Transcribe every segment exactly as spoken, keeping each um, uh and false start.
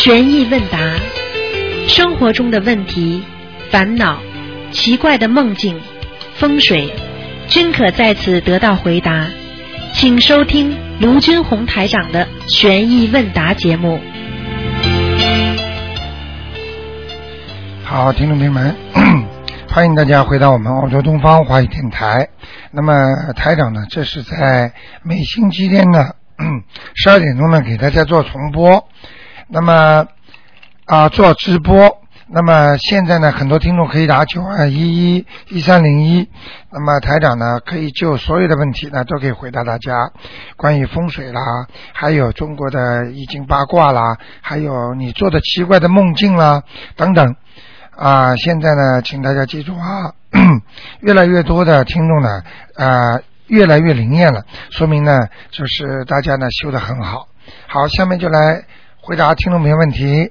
悬疑问答，生活中的问题、烦恼、奇怪的梦境、风水，均可在此得到回答。请收听卢军红台长的悬疑问答节目。 好，听众朋友们，欢迎大家回到我们澳洲东方华语电台。那么台长呢，这是在每星期天呢十二点钟呢给大家做重播，那么啊做直播。那么现在呢，很多听众可以打九二一一一三零一，那么台长呢可以就所有的问题呢都可以回答大家，关于风水啦，还有中国的易经八卦啦，还有你做的奇怪的梦境啦等等啊。现在呢，请大家记住啊，越来越多的听众呢啊越来越灵验了，说明呢就是大家呢修得很好。好，下面就来回答听众朋友问题。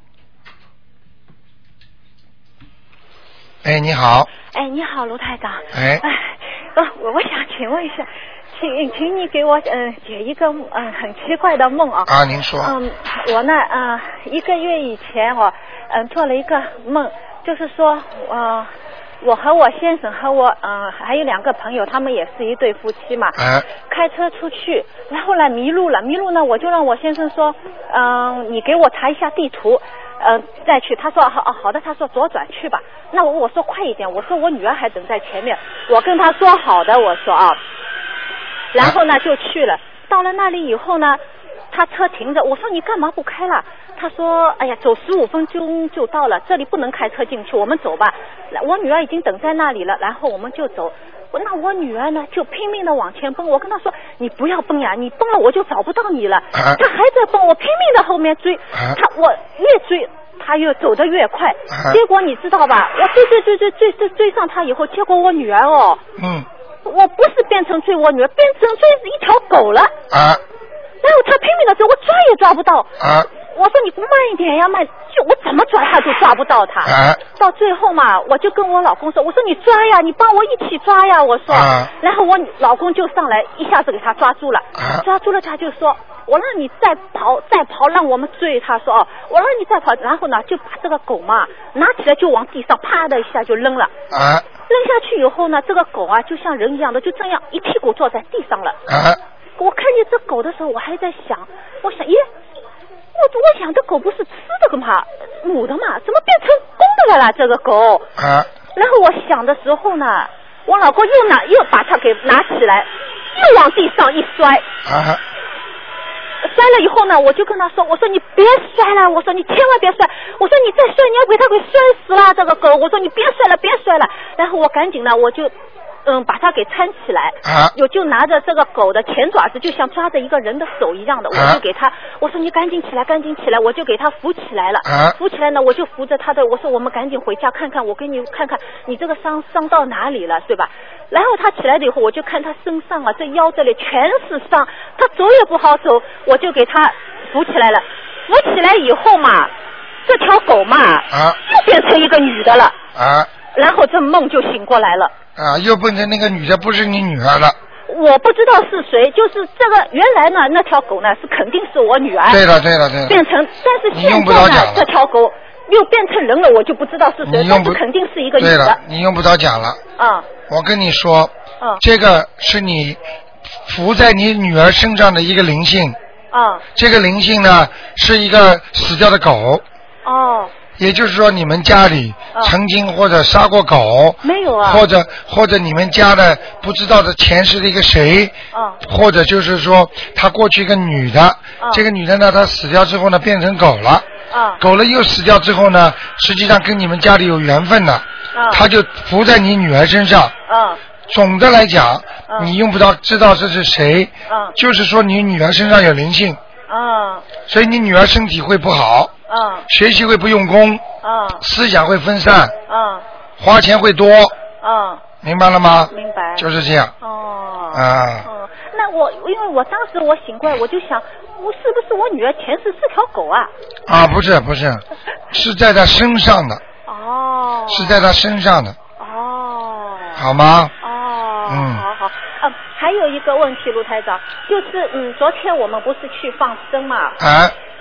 哎，你好。 哎，你好，卢台长。 哎。 哎，我我想请问一下，请请你给我嗯、呃、解一个嗯、呃、很奇怪的梦啊。 啊，您说。 嗯，我呢嗯、呃、一个月以前我嗯、呃、做了一个梦，就是说呃我和我先生和我嗯、呃、还有两个朋友，他们也是一对夫妻嘛。 哎。 开车出去，然后呢迷路了，迷路呢我就让我先生说，嗯、呃、你给我查一下地图。呃，再去，他说好、啊、好的，他说左转去吧。那我我说快一点，我说我女儿还等在前面，我跟他说好的，我说啊，然后呢就去了。到了那里以后呢，他车停着，我说你干嘛不开了？他说哎呀，走十五分钟就到了，这里不能开车进去，我们走吧。我女儿已经等在那里了，然后我们就走。那我女儿呢就拼命的往前奔，我跟她说你不要奔呀，你奔了我就找不到你了。她还在奔，我拼命的后面追，她我越追她越走得越快，结果你知道吧，我追追追追追追追上她以后，结果我女儿哦， 嗯， 我不是变成追我女儿，变成追一条狗了啊， 然后她拼命的追，我抓也抓不到啊。 我说你慢一点呀，慢，就我怎么抓他都抓不到他。 啊、 到最后嘛，我就跟我老公说，我说你抓呀，你帮我一起抓呀，我说。 啊、 然后我老公就上来一下子给他抓住了， 啊、 抓住了他就说，我让你再跑再跑，让我们追。他说哦，我让你再跑，然后呢就把这个狗嘛拿起来就往地上啪的一下就扔了。 啊、 扔下去以后呢，这个狗啊就像人一样的，就这样一屁股坐在地上了。 啊、 我看见这狗的时候，我还在想，我想耶。我我想这狗不是吃这个嘛，母的嘛，怎么变成公的了啦？这个狗。 啊。 然后我想的时候呢，我老公又拿又把它给拿起来，又往地上一摔。 啊。 摔了以后呢，我就跟他说，我说你别摔了，我说你千万别摔，我说你再摔你要给它给摔死了这个狗，我说你别摔了别摔了。然后我赶紧呢，我就。嗯，把它给搀起来， 啊， 我就拿着这个狗的前爪子，就像抓着一个人的手一样的， 啊、 我就给他，我说你赶紧起来，赶紧起来，我就给他扶起来了， 啊、 扶起来呢，我就扶着他的，我说我们赶紧回家看看，我给你看看你这个伤伤到哪里了，对吧？然后他起来了以后，我就看他身上啊，这腰这里全是伤，他走也不好走，我就给他扶起来了，扶起来以后嘛，这条狗嘛， 啊， 又变成一个女的了， 啊， 然后这梦就醒过来了。 啊，又变成那个女的不是你女儿了。 我不知道是谁，就是这个原来呢那条狗呢是肯定是我女儿。 对了对了对了。 变成，但是现在呢这条狗又变成人了，我就不知道是谁，但是肯定是一个女的。 对了，你用不着讲了。 嗯。 我跟你说， 嗯， 这个是你附在你女儿身上的一个灵性。 嗯。 这个灵性呢是一个死掉的狗。 哦。 也就是说，你们家里曾经或者杀过狗， 没有啊？ 或者或者你们家的不知道的前世的一个谁， 嗯， 或者就是说，她过去一个女的， 嗯， 这个女的呢，她死掉之后呢，变成狗了， 嗯， 狗了又死掉之后呢，实际上跟你们家里有缘分的， 嗯， 她就附在你女儿身上， 嗯， 总的来讲， 嗯， 你用不着知道这是谁， 嗯， 就是说你女儿身上有灵性， 嗯， 所以你女儿身体会不好。 嗯， 学习会不用功， 嗯， 思想会分散， 嗯， 花钱会多， 嗯， 明白了吗？ 明白， 就是这样。 哦， 啊， 嗯，那我因为我当时我醒过来，我就想，我是不是我女儿前世是条狗啊？ 啊，不是不是，是在她身上的。 哦。 是在她身上的。 哦。 好吗？ 哦。 嗯。 好好。嗯，还有一个问题，卢台长，就是嗯，昨天我们不是去放生嘛？ 啊。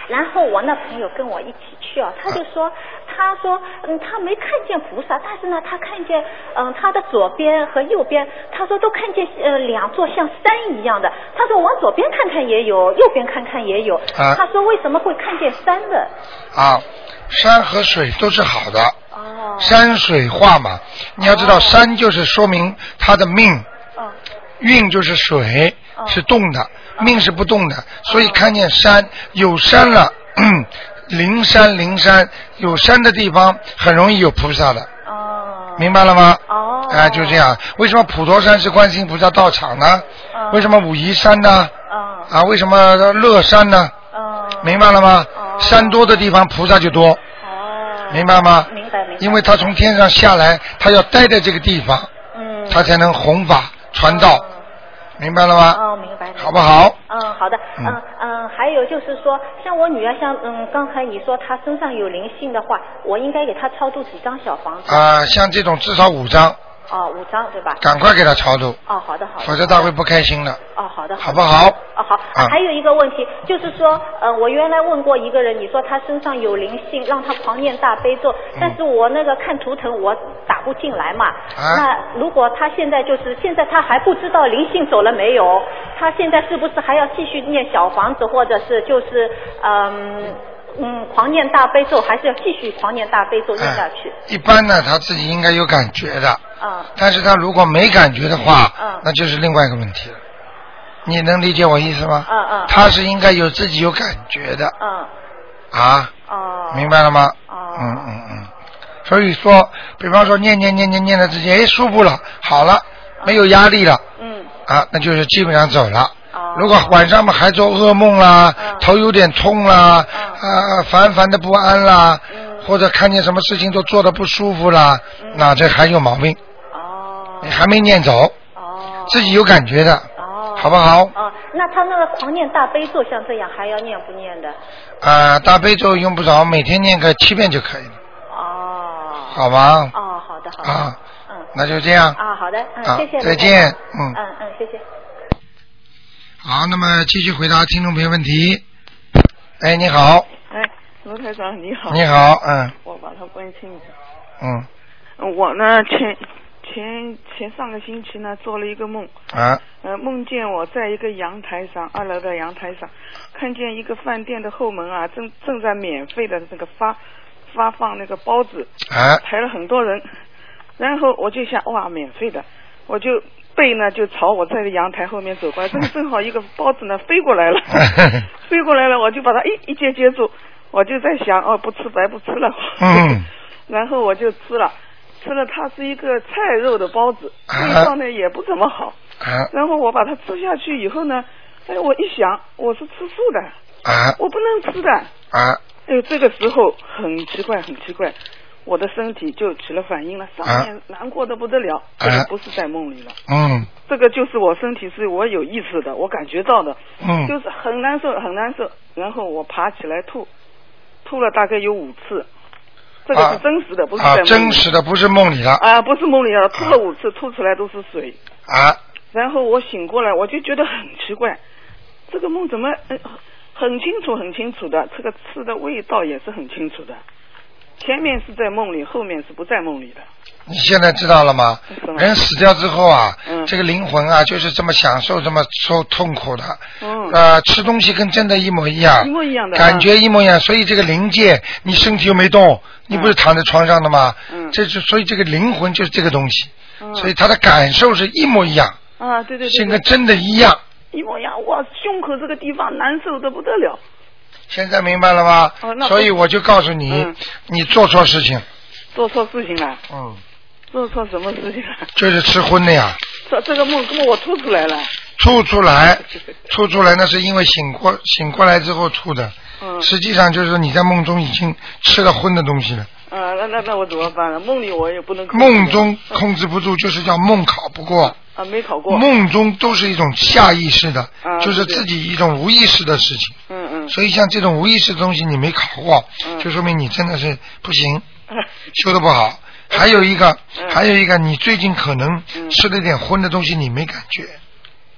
然后我那朋友跟我一起去啊，他就说，他说，嗯，他没看见菩萨，但是呢，他看见，嗯，他的左边和右边，他说都看见呃两座像山一样的。他说往左边看看也有，右边看看也有。 啊、 他说为什么会看见山的？ 啊，山和水都是好的。 哦。 山水画嘛，你要知道，山就是说明他的命。 哦。 运就是水， 哦、 是动的。命是不动的，所以看见山，有山了，灵山灵山，有山的地方很容易有菩萨的。 哦。 明白了吗？ 哦。 哎、呃，就这样。为什么普陀山是观世音菩萨道场呢？ 哦、 为什么武夷山呢？ 哦、 啊，为什么乐山呢？ 哦。 明白了吗？ 哦、 山多的地方菩萨就多。 哦。 明白吗？ 明白明白。 因为他从天上下来，他要待在这个地方， 嗯， 他才能弘法传道。哦，明白了吗？ 哦，明白。 好不好？ 嗯，好的。嗯嗯，还有就是说，像我女儿，像嗯，刚才你说她身上有灵性的话，我应该给她超度几张小房子？ 啊、呃，像这种至少五张。 哦，五张对吧？ 赶快给她超度。 哦，好的好的。 否则她会不开心的。 哦，好的。 好不好？ 哦，好。啊，还有一个问题就是说，呃，我原来问过一个人，你说他身上有灵性，让他狂念大悲咒，嗯、但是我那个看图腾我打不进来嘛。啊。那如果他现在就是现在他还不知道灵性走了没有，他现在是不是还要继续念小房子，或者是就是嗯嗯狂念大悲咒，还是要继续狂念大悲咒念下去？ 哎、一般呢，他自己应该有感觉的。 嗯。 但是他如果没感觉的话， 嗯， 那就是另外一个问题了。你能理解我意思吗？ 嗯嗯。 他是应该有自己有感觉的。 嗯。 啊。 哦。 明白了吗？ 哦。 嗯嗯嗯。所以说，比方说念念念念念的之间，哎，舒服了，好了，没有压力了。 嗯。 啊，那就是基本上走了。 哦。 如果晚上嘛还做噩梦啦， 嗯、 头有点痛啦， 嗯、 啊，烦烦的不安啦， 嗯、 或者看见什么事情都做得不舒服啦，嗯、那这还有毛病。 哦。 你还没念走。 哦。 自己有感觉的。 哦。 好不好？ 哦，那他那个狂念大悲咒像这样还要念不念的？ 啊、呃，大悲咒用不着，每天念个七遍就可以了。 哦。 好吧。 哦，好的好的。 啊。 嗯。 那就这样。 啊，好的，嗯， 啊、 谢谢。 再见，嗯。 嗯嗯，谢谢。 好，那么继续回答听众朋友问题。哎，你好。 哎，罗台长你好。 你好，嗯。 我把它关心一下。 嗯。 我呢，前前前上个星期呢，做了一个梦。 啊。 呃，梦见我在一个阳台上，二楼的阳台上，看见一个饭店的后门啊，正正在免费的那个发发放那个包子。 啊。 排了很多人，然后我就想，哇，免费的，我就。背呢就朝我在阳台后面走过来，这个正好一个包子呢飞过来了，飞过来了，我就把它一一接接住，我就在想，哦，不吃白不吃了， 嗯， 然后我就吃了，吃了它是一个菜肉的包子，味道呢也不怎么好， 啊， 然后我把它吃下去以后呢，哎，我一想我是吃素的， 啊， 我不能吃的， 啊， 哎呦，这个时候很奇怪，很奇怪。我的身体就起了反应了，上面难过的不得了， 啊、 这个不是在梦里了， 嗯， 这个就是我身体是我有意识的，我感觉到的， 嗯， 就是很难受很难受，然后我爬起来吐，吐了大概有五次，这个是真实的， 啊、 不是在梦里、 啊、真实的，不是梦里了， 啊，不是梦里了，吐了五次，吐出来都是水， 啊， 然后我醒过来，我就觉得很奇怪，这个梦怎么、呃、很清楚很清楚的，这个吃的味道也是很清楚的。前面是在梦里，后面是不在梦里的。 你现在知道了吗？人死掉之后啊、 嗯， 这个灵魂啊，就是这么享受，这么受痛苦的。 嗯。 呃，吃东西跟真的一模一样。 一模一样的。 感觉一模一样，所以这个灵界，你身体又没动，你不是躺在床上的吗？ 嗯。 这就所以这个灵魂就是这个东西， 嗯、 所以他的感受是一模一样。 啊，对对对。 是跟真的一样。 一模一样，哇，胸口这个地方难受的不得了。 现在明白了吗？ 哦、 所以我就告诉你、嗯，你做错事情。 做错事情了。 嗯。 做错什么事情了？ 就是吃荤的呀。 这这个梦根本我吐出来了。 吐出来，吐出来那是因为醒过醒过来之后吐的。 嗯。 实际上就是你在梦中已经吃了荤的东西了。 啊，那那那我怎么办呢？梦里我也不能控制。梦中控制不住，就是叫梦考不过。 啊，没考过。 梦中都是一种下意识的， 啊、 就是自己一种无意识的事情。 嗯嗯。 所以像这种无意识的东西你没考过， 嗯、 就说明你真的是不行，嗯、修得不好。还有一个， 嗯、 还有一个，你最近可能吃了点荤的东西，你没感觉。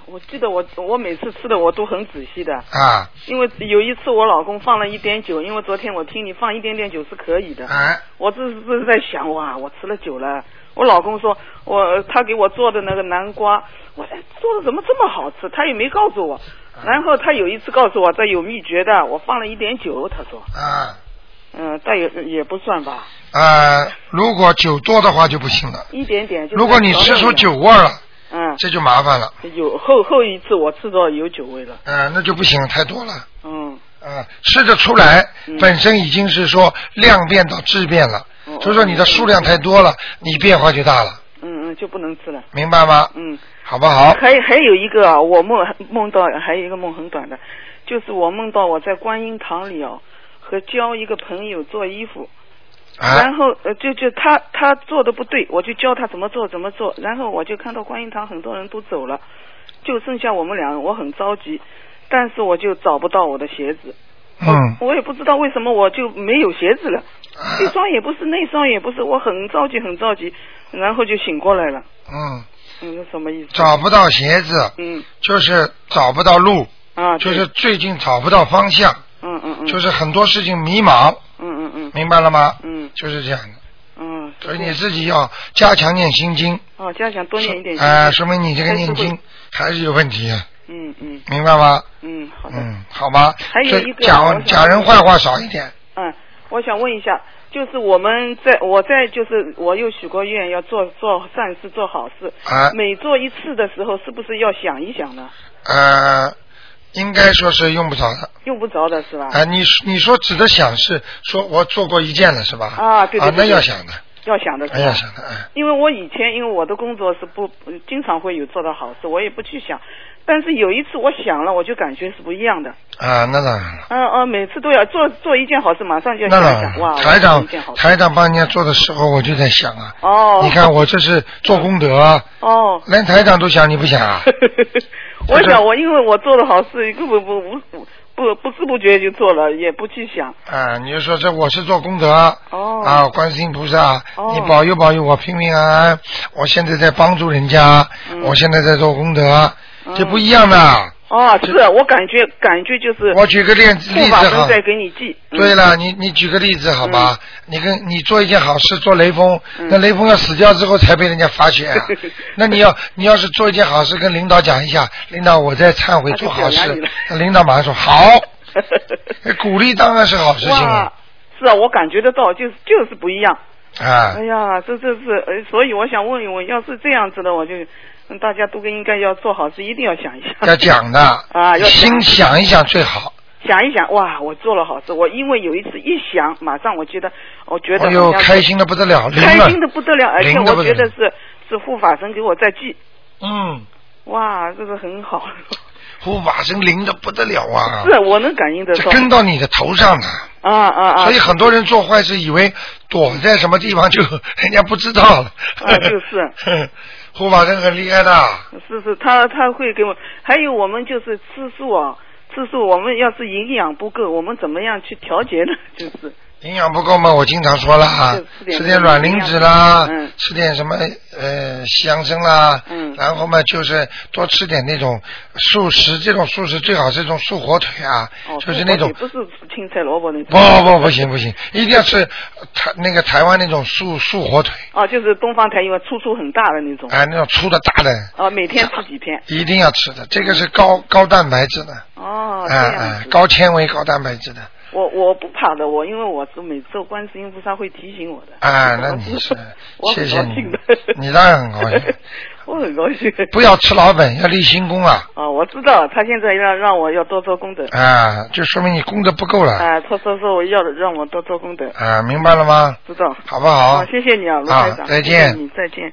我记得我我每次吃的我都很仔细的啊。 因为有一次我老公放了一点酒，因为昨天我听你放一点点酒是可以的。 哎。 我这是在想，哇，我吃了酒了。我老公说，我他给我做的那个南瓜，我说做的怎么这么好吃？他也没告诉我。然后他有一次告诉我，这有秘诀的，我放了一点酒，他说。 啊。 嗯，但也也不算吧。 呃，如果酒多的话就不行了。 一点点。 如果你吃出酒味了。 嗯， 这就麻烦了。 有后后一次我吃到有酒味了。 嗯、呃，那就不行，太多了。 嗯。 呃，吃得出来、嗯，本身已经是说量变到质变了， 嗯、 所以说你的数量太多了，你变化就大了。 嗯嗯，就不能吃了。 明白吗？ 嗯， 好不好？ 还还有一个啊，我梦梦到还有一个梦很短的，就是我梦到我在观音堂里哦，和教一个朋友做衣服。啊、然后呃，就就他他做的不对，我就教他怎么做怎么做。然后我就看到观音堂很多人都走了，就剩下我们俩，我很着急，但是我就找不到我的鞋子。 嗯。 我, 我也不知道为什么我就没有鞋子了，啊、这双也不是，那双也不是，我很着急很着急，然后就醒过来了。 嗯。 嗯，什么意思？ 找不到鞋子。 嗯。 就是找不到路。 啊。 就是最近找不到方向。 嗯嗯嗯。 就是很多事情迷茫。 嗯嗯嗯。 明白了吗？ 嗯。 就是这样的。 嗯。 所以你自己要加强念心经。 哦，加强多念一点心经。 哎、呃，说明你这个念经还是有问题。 嗯嗯。 明白吗？ 嗯，好的。 嗯，好吧。 还有一个讲讲人坏话少一点。 嗯，我想问一下，就是我们在我在就是我又许过愿要做做善事做好事。啊。每做一次的时候，是不是要想一想呢？ 呃。应该说是用不着的， 用不着的是吧？ 啊、呃，你你说指的想是说我做过一件了是吧？ 啊，对对对, 对，啊，那要想的， 要想的是吧？ 要想的，哎。 因为我以前因为我的工作是不经常会有做到好事，我也不去想，但是有一次我想了，我就感觉是不一样的。 啊，那当然了。 嗯嗯，每次都要做做一件好事，马上就要想想哇， 台长台长帮人家做的时候，我就在想啊。 哦。 你看我这是做功德。 哦。 连台长都想，你不想啊？ 我想我因为我做的好事，根本不不不不知不觉就做了，也不去想。 啊，你就说这我是做功德。 哦。 啊，观世音菩萨， 哦、 你保佑保佑我平平安安。我现在在帮助人家，嗯、我现在在做功德，嗯、这不一样的。 哦，是我感觉感觉就是。 我举个例例子好。 在给你记。 嗯、对了，你你举个例子好吧？嗯、你跟你做一件好事，做雷锋，嗯、那雷锋要死掉之后才被人家罚钱啊。那你要你要是做一件好事，跟领导讲一下，领导我在忏悔做好事，那领导马上说好。鼓励当然是好事情了。 是啊，我感觉得到，就是就是不一样。 啊。 哎呀，这这是，呃，所以我想问一问，要是这样子的，我就。大家都应该要做好事，一定要想一想。 要讲的啊，要心想一想最好。 想一想，哇，我做了好事。我因为有一次一想，马上我觉得，我觉得哎呦，开心的不得了， 开心的不得了，而且我觉得是是护法神给我在记。 嗯。 哇，这个很好。 护法神灵的不得了啊！ 是我能感应得到。 这跟到你的头上的。 啊啊啊！ 所以很多人做坏事，以为躲在什么地方就人家不知道了。 啊，就是。 护法神很厉害的。 是是，他他会给我。还有我们就是吃素啊，吃素我们要是营养不够，我们怎么样去调节呢？就是。 营养不够嘛，我经常说了，吃点卵磷脂啦，嗯、吃点什么呃西洋参啦， 嗯、 然后嘛就是多吃点那种素食，这种素食最好是这种素火腿啊， 哦、 就是那种不是青菜萝卜那种。 不不不行不行，一定要吃台那个台湾那种素素火腿。 哦，就是东方台因为粗粗很大的那种。 哎，那种粗的大的。 哦，每天吃几片。 一定要吃的，这个是高高蛋白质的。 哦， 哎哎，高纤维高蛋白质的。 我我不怕的，我因为我是每次观世音菩萨会提醒我的。 啊，那你是，谢谢你，你当然很高兴。 我很高兴。 不要吃老本，要立新功啊！ 啊，我知道，他现在让让我要多做功德。 啊，就说明你功德不够了。 啊，他说说我要让我多做功德。 啊，明白了吗？ 知道。 好不好？ 好，谢谢你啊，卢台长。 啊，再见。 你再见。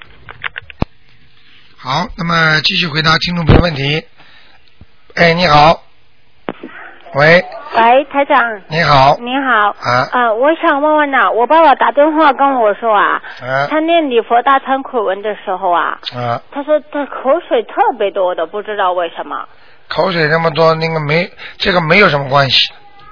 好，那么继续回答听众朋友问题。哎，你好。喂。 喂，台长。 你好。 你好。 啊。 呃，我想问问呐，我爸爸打电话跟我说啊， 啊他念礼佛大忏悔文的时候啊， 啊， 他说他口水特别多的，不知道为什么。 口水那么多，那个没这个没有什么关系。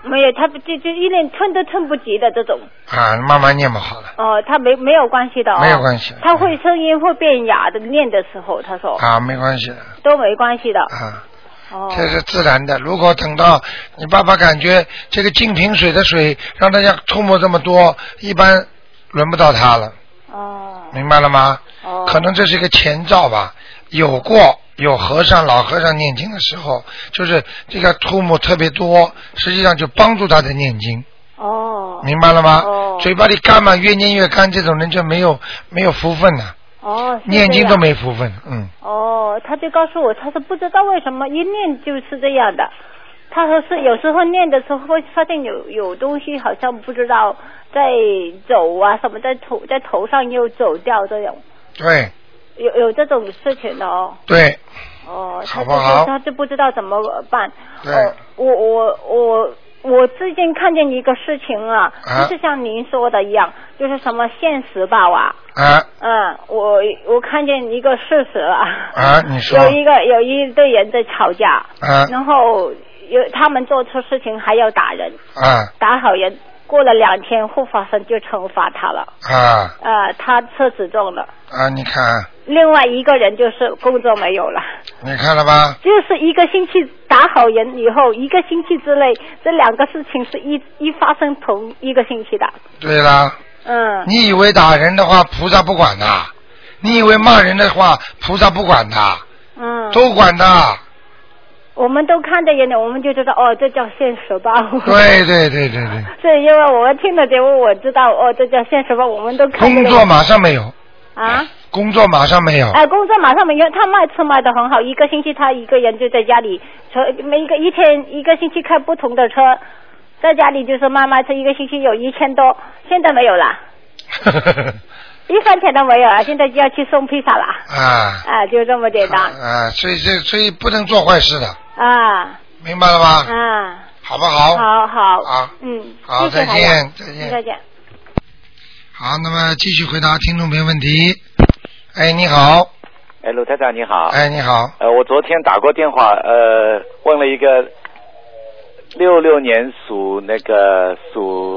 没有，他就就一念吞都吞不及的这种。 啊，慢慢念嘛好了。 哦，他没没有关系的哦。 没有关系。 他会声音会变哑的，念的时候他说。 啊，没关系的。 都没关系的。 啊。 哦。 这是自然的。如果等到你爸爸感觉这个净瓶水的水让大家吐沫这么多，一般轮不到他了。 哦。 明白了吗？ 哦。 可能这是一个前兆吧。有过有和尚老和尚念经的时候，就是这个吐沫特别多，实际上就帮助他在念经。 哦。 明白了吗？ 哦。 嘴巴里干嘛，越念越干，这种人就没有没有福分了。 哦。 念经都没福分，嗯。 哦，他就告诉我，他说不知道为什么一念就是这样的。他说是有时候念的时候会发现有有东西好像不知道在走啊什么，在头在头上又走掉这样。 对。 有有这种事情的哦。 对。 哦， 好不好？ 他就不知道怎么办。 对。 哦、我我我我最近看见一个事情啊，啊就是像您说的一样，就是什么现实报啊。 啊。 嗯，我我看见一个事实啊。 啊，你说。 有一个有一对人在吵架。 啊。 然后有他们做错事情还要打人。 啊。 打好人。过了两天，护法神就惩罚他了。 啊。 啊，他车子撞了。 啊，你看。 另外一个人就是工作没有了。 你看了吧？ 就是一个星期打好人以后，一个星期之内，这两个事情是一一发生同一个星期的。 对啦。 嗯。 你以为打人的话，菩萨不管的？你以为骂人的话，菩萨不管的？ 嗯。 都管的。 我们都看着眼里，我们就知道哦，这叫现实报。 对对对对对。 是因为我们听了节目，我知道哦，这叫现实报，我们都看着。 工作马上没有。 啊。 工作马上没有。 哎、呃，工作马上没有。他卖车卖得很好，一个星期他一个人就在家里，车每一个一天一个星期开不同的车，在家里就是卖卖车，一个星期有一千多，现在没有了。一分钱都没有啊！现在就要去送披萨了。啊。啊，就这么简单。 啊，所以这所以不能做坏事的。 啊。 明白了吗？ 啊。 好不好？ 好好。 好。 嗯。 好，再见，再见。 再见。 好，那么继续回答听众朋友问题。哎，你好。 哎，鲁台长你好。 哎，你好。 呃，我昨天打过电话，呃，问了一个六六年属那个属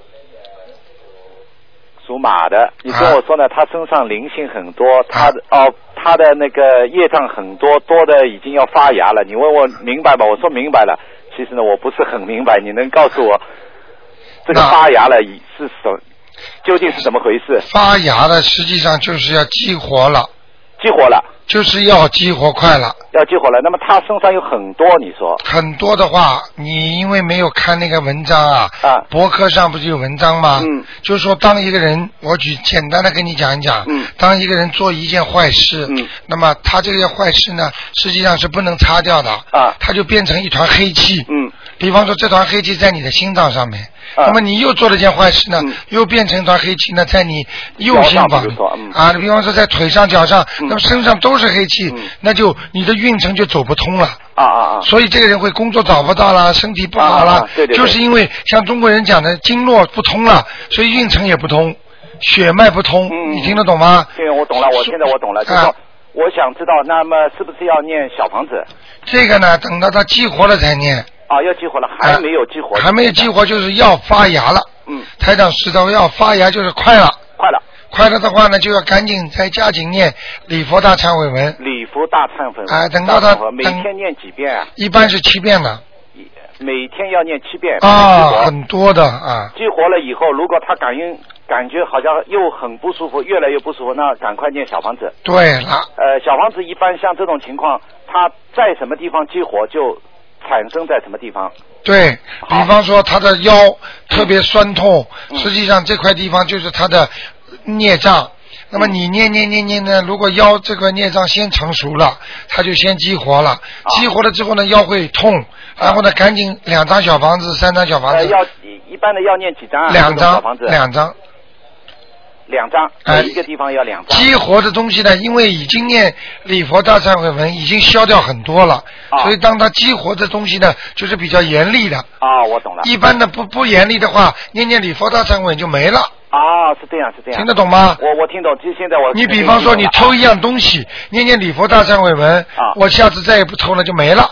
属马的，你跟我说呢，啊、他身上灵性很多，他的、啊、哦，他的那个业障很多，多的已经要发芽了。你问我明白吧？我说明白了。其实呢，我不是很明白，你能告诉我这个发芽了是什？究竟是怎么回事？ 发芽了，实际上就是要激活了。 激活了。 就是要激活快了。 要激活了，那么他身上有很多，你说？ 很多的话，你因为没有看那个文章啊， 啊， 博客上不是有文章吗？ 嗯。 就是说，当一个人，我举简单的跟你讲一讲， 嗯， 当一个人做一件坏事， 嗯， 那么他这件坏事呢，实际上是不能擦掉的， 啊， 他就变成一团黑气， 嗯。 比方说，这团黑气在你的心脏上面。 啊、 那么你又做了件坏事呢、嗯，又变成一团黑气呢，在你右心房、 嗯、 啊，比方说在腿上、脚上， 嗯、 那么身上都是黑气、嗯，那就你的运程就走不通了。 啊啊啊！ 所以这个人会工作找不到了，身体不好了、 啊啊对对对， 就是因为像中国人讲的经络不通了，所以运程也不通，血脉不通， 嗯、 你听得懂吗？ 对，我懂了，我现在我懂了，就是说、啊、我想知道，那么是不是要念小房子？ 这个呢，等到他激活了才念。 啊，要激活了，还没有激活、 啊，还没有激活，就是要发芽了。 嗯， 台长知道要发芽就是快了， 快了， 快了的话呢，就要赶紧再加紧念礼佛大忏悔文。 礼佛大忏悔文， 啊，等到他每天念几遍啊？ 一般是七遍的。 每天要念七遍。 啊，很多的啊。 激活了以后，如果他感应感觉好像又很不舒服，越来越不舒服，那赶快念小房子。 对了。 呃，小房子一般像这种情况，它在什么地方激活就产生在什么地方？ 对，比方说他的腰特别酸痛、 嗯， 实际上这块地方就是他的孽障。那么你念念念念呢，如果腰这个孽障先成熟了，他就先激活了，激活了之后呢，腰会痛，然后呢，赶紧两张小房子，三张小房子。 呃、要一般的要念几张啊？ 两张小房子。 两张。 两张，每一个地方要两张。 激活的东西呢，因为已经念礼佛大忏悔文，已经消掉很多了， 啊、 所以当它激活的东西呢，就是比较严厉的。 啊，我懂了。 一般的不不严厉的话，念念礼佛大忏悔文就没了。 啊，是这样，是这样。 听得懂吗？ 我我听懂，就现在我。 你比方说你偷一样东西，念念礼佛大忏悔文， 啊， 我下次再也不偷了就没了。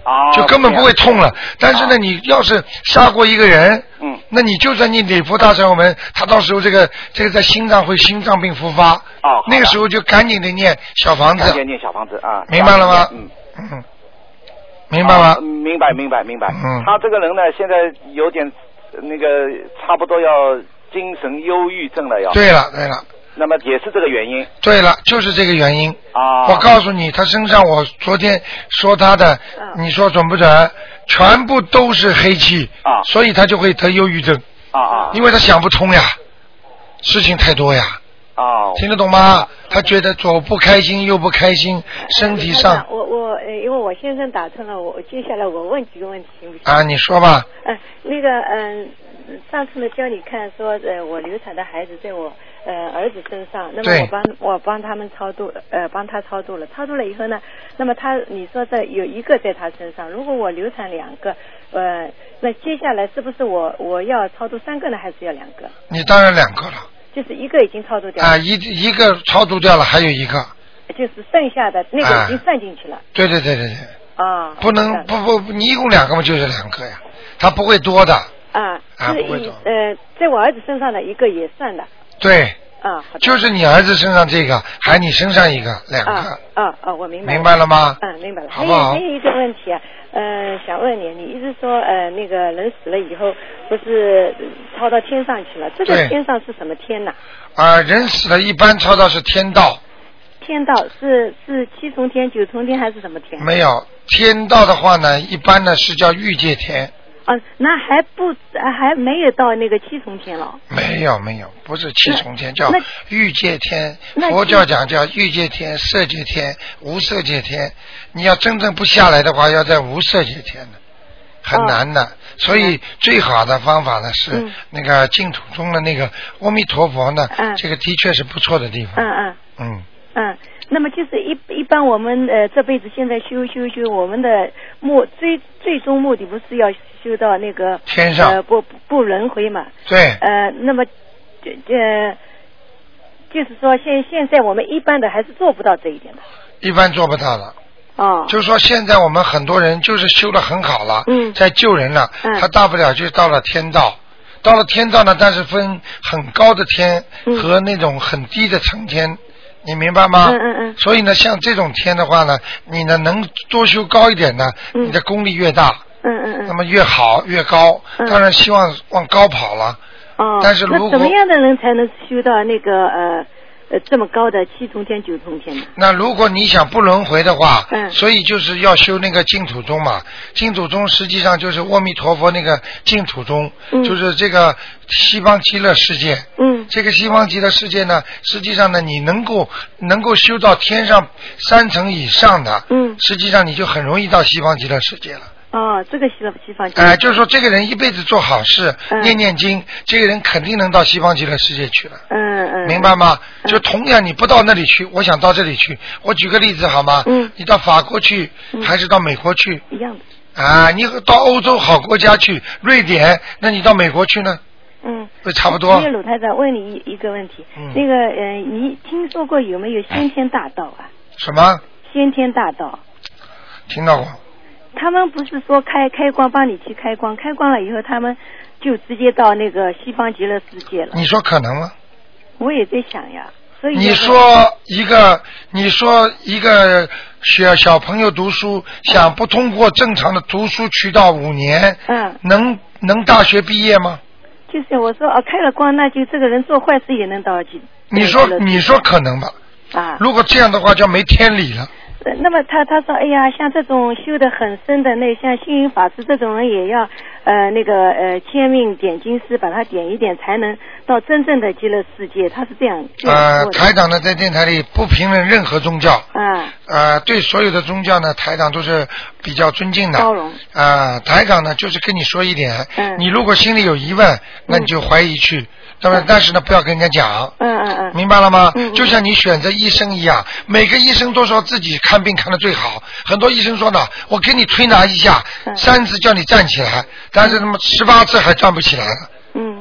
哦， 就根本不会痛了。但是呢， 哦你要是杀过一个人， 嗯， 那你就算你礼佛大忏悔文，他到时候这个这个在心脏会心脏病复发， 哦， 那个时候就赶紧的念小房子， 赶紧念小房子啊， 明白了吗？ 嗯嗯，明白吗？ 哦明白明白明白。 嗯， 他这个人呢，现在有点那个差不多要精神忧郁症了要。 对了对了。 那么也是这个原因。 对了，就是这个原因。 啊。 我告诉你，他身上我昨天说他的， 嗯、 你说准不准？全部都是黑气。 啊。 所以他就会得忧郁症。 啊啊。 因为他想不通呀，事情太多呀。 哦。 听得懂吗？他觉得左不开心右不开心，身体上。 我我呃，因为我先生打通了，我接下来我问几个问题行不行？ 啊，你说吧。 嗯、呃，那个嗯、呃，上次呢教你看说呃，我流产的孩子在我。呃，儿子身上，那么我帮我帮他们超度，呃，帮他超度了，超度了以后呢，那么他你说这有一个在他身上，如果我流产两个，呃，那接下来是不是我我要超度三个呢，还是要两个？ 你当然两个了。 就是一个已经超度掉了。 啊，一一个超度掉了，还有一个。 就是剩下的那个已经算进去了。啊、 对对对对对。 啊。 不能不不，你一共两个嘛，就是两个呀，他不会多的。 啊。 啊， 不会多。呃，在我儿子身上的一个也算的。 对。 啊， 就是你儿子身上这个，还你身上一个，两个。 啊啊啊！我明白。 明白了吗？ 嗯，明白了。 好不好？ 还有还有一个问题啊，呃，想问你，你一直说呃那个人死了以后不是超到天上去了？这个天上是什么天呢？ 啊，人死了，一般超到是天道。 天道是是七重天、九重天还是什么天？ 没有，天道的话呢，一般呢是叫欲界天。 啊，那还不还没有到那个七重天了。 没有没有，不是七重天，叫欲界天。佛教讲叫欲界天、色界天、无色界天。你要真正不下来的话，要在无色界天的，很难的。哦、所以最好的方法呢是、嗯、那个净土中的那个阿弥陀佛呢，嗯、这个的确是不错的地方。 嗯嗯嗯嗯。那么就是一一般我们呃这辈子现在修修修，我们的目最最终目的不是要修到那个天上呃不不轮回嘛？ 对。 呃，那么呃就是说现现在我们一般的还是做不到这一点的。 一般做不到了。 哦。 就是说现在我们很多人就是修得很好了， 嗯， 在救人了， 嗯， 他大不了就到了天道。到了天道呢，但是分很高的天和那种很低的层天。嗯，你明白吗？ 嗯嗯嗯。 所以呢，像这种天的话呢，你呢能多修高一点呢， 嗯、 你的功力越大， 嗯嗯嗯， 那么越好越高。 嗯、 当然希望往高跑了。 哦。 但是如果那怎么样的人才能修到那个呃呃这么高的七重天九重天呢？ 那如果你想不轮回的话， 嗯， 所以就是要修那个净土宗嘛。净土宗实际上就是阿弥陀佛那个净土宗， 嗯， 就是这个西方极乐世界。 嗯， 这个西方极乐世界呢，实际上呢，你能够能够修到天上三层以上的， 嗯， 实际上你就很容易到西方极乐世界了。 哦，这个西西方哎、呃，就是说这个人一辈子做好事， 嗯、 念念经，这个人肯定能到西方极乐世界去了。 嗯嗯。 明白吗？ 嗯、 就同样你不到那里去，我想到这里去。我举个例子好吗？ 嗯。 你到法国去， 嗯、 还是到美国去？ 一样的。 啊，你到欧洲好国家去，瑞典，那你到美国去呢？ 嗯。 会差不多。 那个鲁台长问你一一个问题， 嗯、 那个呃，你听说过有没有先天大道啊？ 什么？ 先天大道。 听到过。 他们不是说开开光帮你去开光，开光了以后他们就直接到那个西方极乐世界了。 你说可能吗？ 我也在想呀，所以你说一个，你说一个小小朋友读书，嗯、想不通过正常的读书渠道五年， 嗯， 能能大学毕业吗？ 就是我说哦，开了光，那就这个人做坏事也能到极。 你说你说可能吧？ 啊， 如果这样的话，就没天理了。 那么他他说，哎呀，像这种修得很深的，那像星云法师这种人，也要呃那个呃签命点金师把他点一点，才能到真正的极乐世界。他是这样。这样呃，台长呢在电台里不评论任何宗教。 啊。 呃，对所有的宗教呢，台长都是比较尊敬的。 包容。 呃，台长呢就是跟你说一点， 嗯、 你如果心里有疑问，那你就怀疑去。那么，但是呢，不要跟人家讲。 嗯嗯嗯。 明白了吗？ 嗯嗯。 就像你选择医生一样，每个医生都说自己看病看得最好。很多医生说呢，我给你推拿一下， 嗯、 三次叫你站起来，但是那么十八次还站不起来了。 嗯。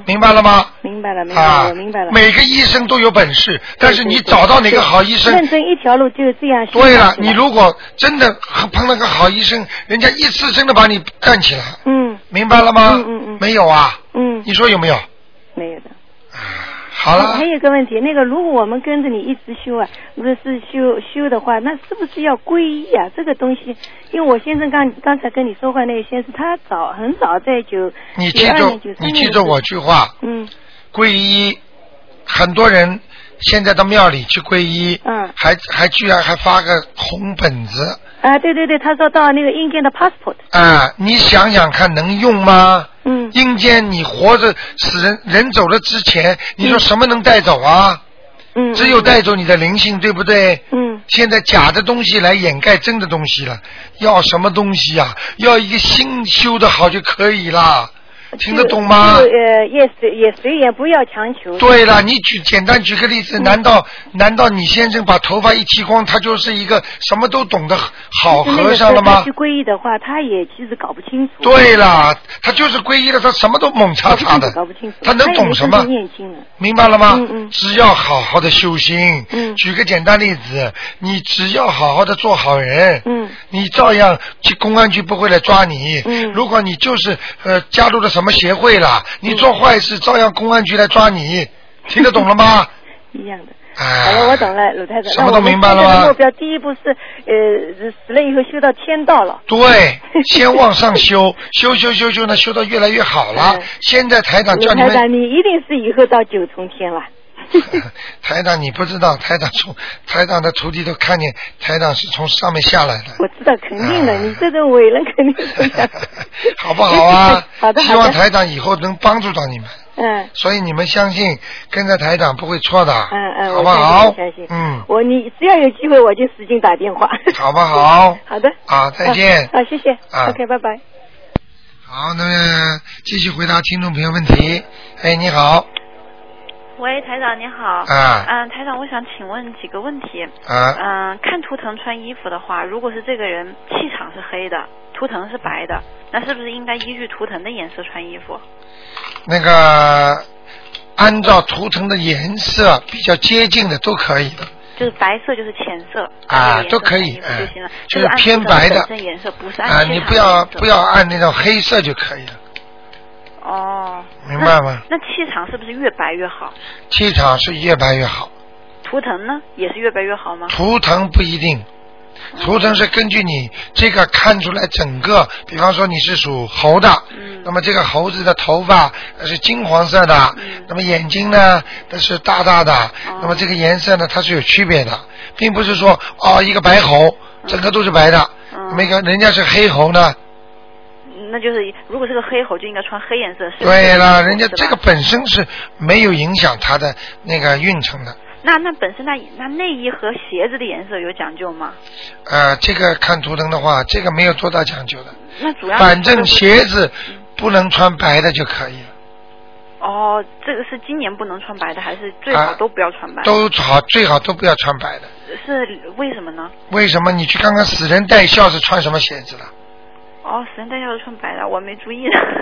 明白了吗？ 明白了，明白了， 啊， 我明白了。 每个医生都有本事，但是你找到哪个好医生， 认真一条路就这样。 对了，你如果真的碰到个好医生，人家一次真的把你干起来， 嗯， 明白了吗？ 嗯嗯嗯， 没有啊， 嗯， 你说有没有？ 没有的。 好了。 还有一个问题，那个如果我们跟着你一直修啊，不是修修的话，那是不是要皈依啊？这个东西，因为我先生刚刚才跟你说话那个先生，他早很早在九你记住，你记住我句话， 嗯， 皈依，很多人现在到庙里去皈依， 嗯， 还还居然还发个红本子。 啊，对对对，他说到那个阴间的 passport。 啊，你想想看，能用吗？ 嗯。 阴间你活着死人人走了之前，你说什么能带走啊？ 嗯。 只有带走你的灵性，对不对？ 嗯。 现在假的东西来掩盖真的东西了，要什么东西啊？要一个心修的好就可以了。听得懂吗？ 呃，也随也随缘，不要强求。 对了，你举简单举个例子，嗯、难道难道你先生把头发一剃光，他就是一个什么都懂的好和尚了吗？ 他去皈依的话，他也其实搞不清楚。 对了，他就是皈依了，他什么都猛叉叉的， 搞不清楚， 他能懂什么？ 念经了， 明白了吗？ 嗯嗯。 只要好好的修心。 嗯。 举个简单例子，你只要好好的做好人。 嗯。 你照样去公安局不会来抓你。 嗯。 如果你就是呃加入了什么协会了。你做坏事，照样公安局来抓你，听得懂了吗？ 一样的。 哎、 好了，我懂了，鲁太太。 什么都明白了吗？ 那我们目标第一步是，呃，死了以后修到天道了。 对，先往上修，修修修修呢，修到越来越好了。嗯、现在台长叫你们。 台长，你一定是以后到九重天了。 台长，你不知道，台长从台长的徒弟都看见台长是从上面下来的。 我知道，肯定的，啊、你这种伟人肯定是的。 好不好啊？ 好的， 希望台长以后能帮助到你们。 嗯。 所以你们相信，跟着台长不会错的。 嗯嗯， 好不好？ 我相信。 嗯。 我你只要有机会，我就使劲打电话。 好不好？ 好的。 啊，再见。 好，谢谢。 啊 OK， 拜拜。 好，那么继续回答听众朋友问题。哎，你好。 喂，台长你好。 啊。 嗯，台长，我想请问几个问题。 啊。 嗯，看图腾穿衣服的话，如果是这个人气场是黑的，图腾是白的，那是不是应该依据图腾的颜色穿衣服？ 那个，按照图腾的颜色比较接近的都可以的。 就是白色就是浅色。 啊，都可以。 就行了。 就是偏白的。 本身颜色不是按啊，你不要不要按那种黑色就可以了。 哦， 明白吗？ 那, 那气场是不是越白越好？ 气场是越白越好。 图腾呢，也是越白越好吗？ 图腾不一定，图腾是根据你这个看出来整个，比方说你是属猴的， 嗯， 那么这个猴子的头发是金黄色的， 嗯， 那么眼睛呢那是大大的， 哦， 那么这个颜色呢它是有区别的，并不是说哦一个白猴整个都是白的， 嗯， 那个人家是黑猴呢。 那就是如果是个黑猴就应该穿黑颜色。 对了，人家这个本身是没有影响他的那个运程的。 那那本身那那内衣和鞋子的颜色有讲究吗？ 呃，这个看图腾的话，这个没有多大讲究的。 那主要反正鞋子不能穿白的就可以了。 哦，这个是今年不能穿白的，还是最好都不要穿白的？ 啊，都好，最好都不要穿白的。 是为什么呢？ 为什么？你去看看死人带孝是穿什么鞋子的？ 哦，死人带孝是穿白的，我没注意。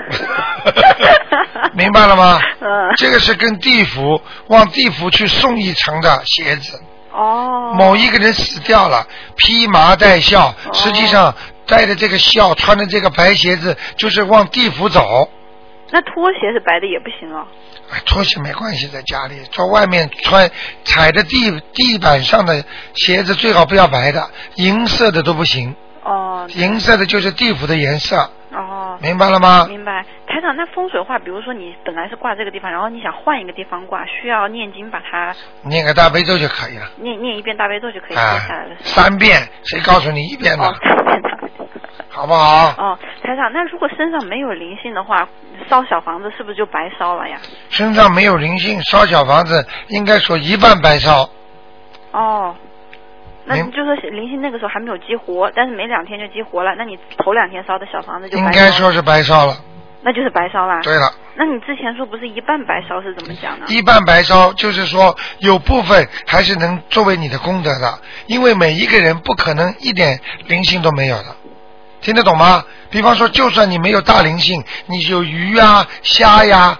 明白了吗？ 嗯。 这个是跟地府往地府去送一程的鞋子。 哦。 某一个人死掉了，披麻戴孝， 哦， 实际上带着这个孝，穿着这个白鞋子，就是往地府走。 那拖鞋是白的也不行哦。 拖鞋没关系，在家里在外面穿踩着地地板上的鞋子最好不要白的，银色的都不行。 哦。 银色的就是地府的颜色。 哦。 明白了吗？ 明白。台长，那风水话，比如说你本来是挂这个地方，然后你想换一个地方挂，需要念经把它念个大悲咒就可以了。 念念一遍大悲咒就可以接下来了。啊， 三遍，谁告诉你一遍的？ 哦，三遍大悲咒。 好不好？ 哦，台长，那如果身上没有灵性的话，烧小房子是不是就白烧了呀？ 身上没有灵性，烧小房子应该说一半白烧。 哦，那你就说灵性那个时候还没有激活，但是没两天就激活了，那你头两天烧的小房子就白烧了。 应该说是白烧了。 那就是白烧啦。 对了。 那你之前说不是一半白烧是怎么讲呢？ 一半白烧就是说有部分还是能作为你的功德的，因为每一个人不可能一点灵性都没有的。听得懂吗？比方说就算你没有大灵性，你有鱼呀、虾呀，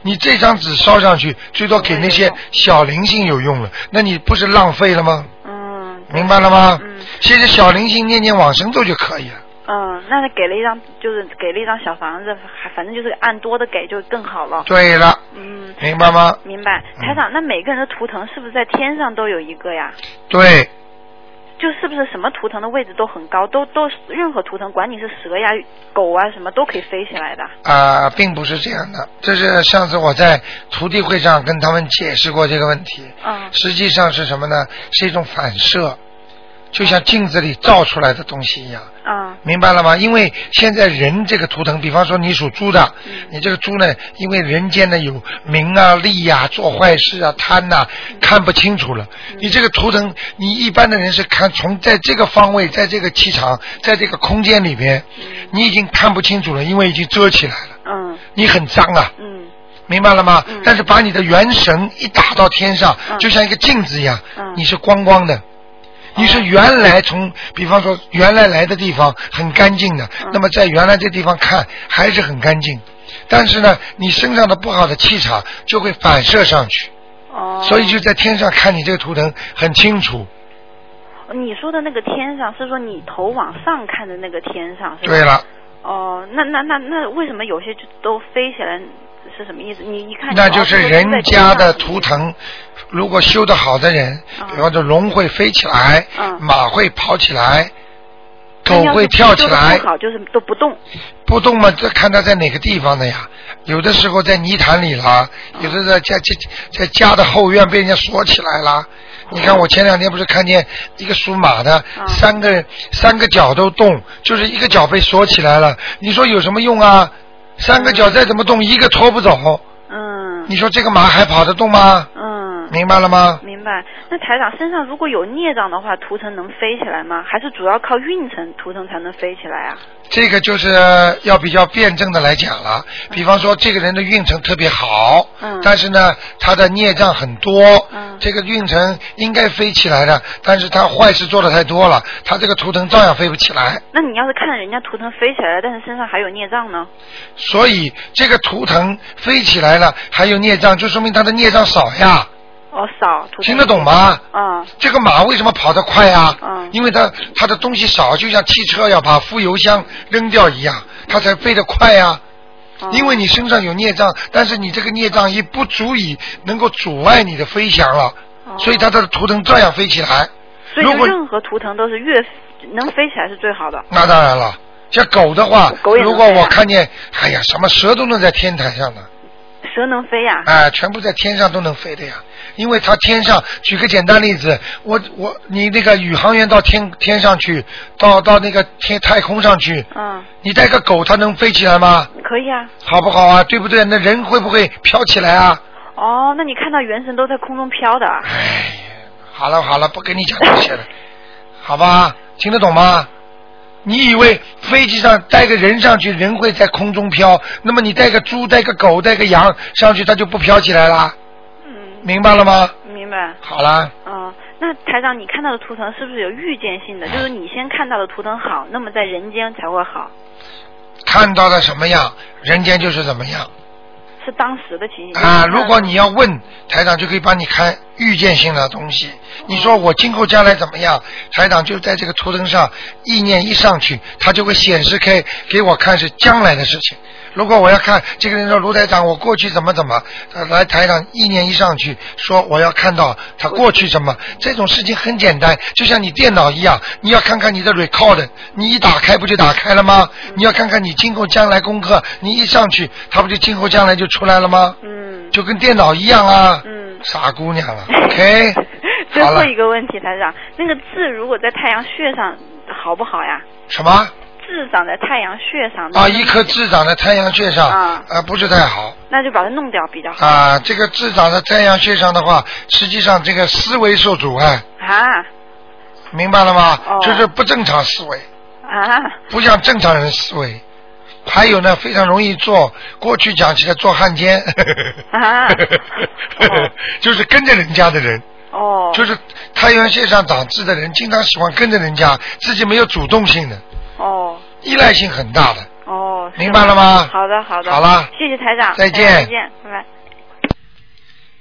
你这张纸烧上去，最多给那些小灵性有用了，那你不是浪费了吗？ 嗯， 明白了吗？ 嗯， 谢谢小灵性念念往生咒就可以了。 嗯，那他给了一张，就是给了一张小房子，还反正就是按多的给就更好了。 对了， 嗯， 明白吗？ 明白。台长，那每个人的图腾是不是在天上都有一个呀？ 对。 就是不是什么图腾的位置都很高，都都任何图腾，管你是蛇呀、狗啊什么，都可以飞起来的。 啊、呃，并不是这样的，这是上次我在徒弟会上跟他们解释过这个问题。 嗯。 实际上是什么呢？是一种反射，就像镜子里照出来的东西一样。 嗯。 明白了吗？因为现在人这个图腾，比方说你属猪的，嗯、你这个猪呢，因为人间呢有名啊、利呀、啊、做坏事啊、贪呐、啊，看不清楚了。嗯、你这个图腾，你一般的人是看从在这个方位，在这个气场，在这个空间里边，嗯、你已经看不清楚了，因为已经遮起来了。 嗯。你很脏啊。 嗯。 明白了吗？ 嗯、 但是把你的元神一打到天上， 嗯、 就像一个镜子一样， 嗯、 你是光光的。你是原来从，比方说原来来的地方很干净的， 嗯、 那么在原来这地方看还是很干净，但是呢，你身上的不好的气场就会反射上去， 哦， 所以就在天上看你这个图腾很清楚。 你说的那个天上是说你头往上看的那个天上是吧？ 对了。 哦，那那那那为什么有些就都飞起来？是什么意思？你一看那就是人家的图腾，如果修得好的人， 嗯、 比方说龙会飞起来， 嗯、 马会跑起来，狗会跳起来。 不好就是都不动。 不动嘛，这看他在哪个地方的呀？有的时候在泥潭里了，有的在家在家的后院被人家锁起来了。你看我前两天不是看见一个属马的， 嗯、 三个三个脚都动，就是一个脚被锁起来了。你说有什么用啊？三个脚再怎么动，一个拖不走。 嗯。 你说这个马还跑得动吗？ 嗯。 明白了吗？ 明白。那台长身上如果有孽障的话，图腾能飞起来吗？还是主要靠运程图腾才能飞起来啊？ 这个就是要比较辩证的来讲了。比方说这个人的运程特别好， 嗯， 但是呢他的孽障很多， 嗯， 这个运程应该飞起来的，但是他坏事做的太多了，他这个图腾照样飞不起来。 那你要是看人家图腾飞起来了，但是身上还有孽障呢？ 所以这个图腾飞起来了还有孽障，就说明他的孽障少呀。 哦，少。 听得懂吗？ 嗯。 这个马为什么跑得快啊？ 嗯。 因为它它的东西少，就像汽车要把副油箱扔掉一样，它才飞得快呀。嗯。因为你身上有孽障，但是你这个孽障也不足以能够阻碍你的飞翔了，哦，所以它的图腾照样飞起来。 所以任何图腾都是越能飞起来是最好的。 那当然了，像狗的话， 狗也能飞啊， 如果我看见，哎呀，什么蛇都能在天台上的。 蛇能飞呀？ 哎、呃，全部在天上都能飞的呀，因为它天上，举个简单例子，我我你那个宇航员到天天上去，到到那个天太空上去， 嗯， 你带个狗，它能飞起来吗？ 可以啊。好不好啊？对不对？那人会不会飘起来啊？ 哦，那你看到元神都在空中飘的。 哎，好了好了，不跟你讲这些了，好吧？听得懂吗？你以为飞机上带个人上去，人会在空中飘？那么你带个猪、带个狗、带个羊上去，它就不飘起来了？嗯，明白了吗？ 明白。 好了。 嗯，那台长，你看到的图腾是不是有预见性的？就是你先看到的图腾好，那么在人间才会好。 看到的什么样，人间就是怎么样。 是当时的情形啊！如果你要问台长，就可以帮你看预见性的东西。你说我今后将来怎么样？台长就在这个图腾上意念一上去，它就会显示开给我看是将来的事情。如果我要看这个人说卢台长，我过去怎么怎么，来台长意念一上去，说我要看到他过去怎么，这种事情很简单，就像你电脑一样，你要看看你的 record， 你一打开不就打开了吗？你要看看你今后将来功课，你一上去，它不就今后将来就出来了吗？嗯，就跟电脑一样啊。嗯，傻姑娘了。OK。 最后一个问题，台长，那个痣如果在太阳穴上好不好呀？ 什么？ 痣长在太阳穴上啊，一颗痣长在太阳穴上啊，呃，不是太好。 那就把它弄掉比较好。 啊，这个痣长在太阳穴上的话，实际上这个思维受阻碍。 啊。 明白了吗？ 哦。 就是不正常思维。 啊。 不像正常人思维。还有呢，非常容易做，过去讲起来做汉奸。啊。哦、就是跟着人家的人。 哦。 就是太阳穴上长痣的人，经常喜欢跟着人家，自己没有主动性的。 哦， 依赖性很大的。 哦， 明白了吗？ 好的，好的。 好了， 谢谢台长。 再见。 再见，拜拜。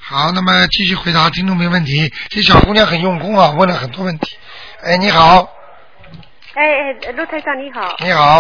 好，那么继续回答听众没问题。这小姑娘很用功啊，问了很多问题。哎，你好。 哎哎，陆台长你好。 你好。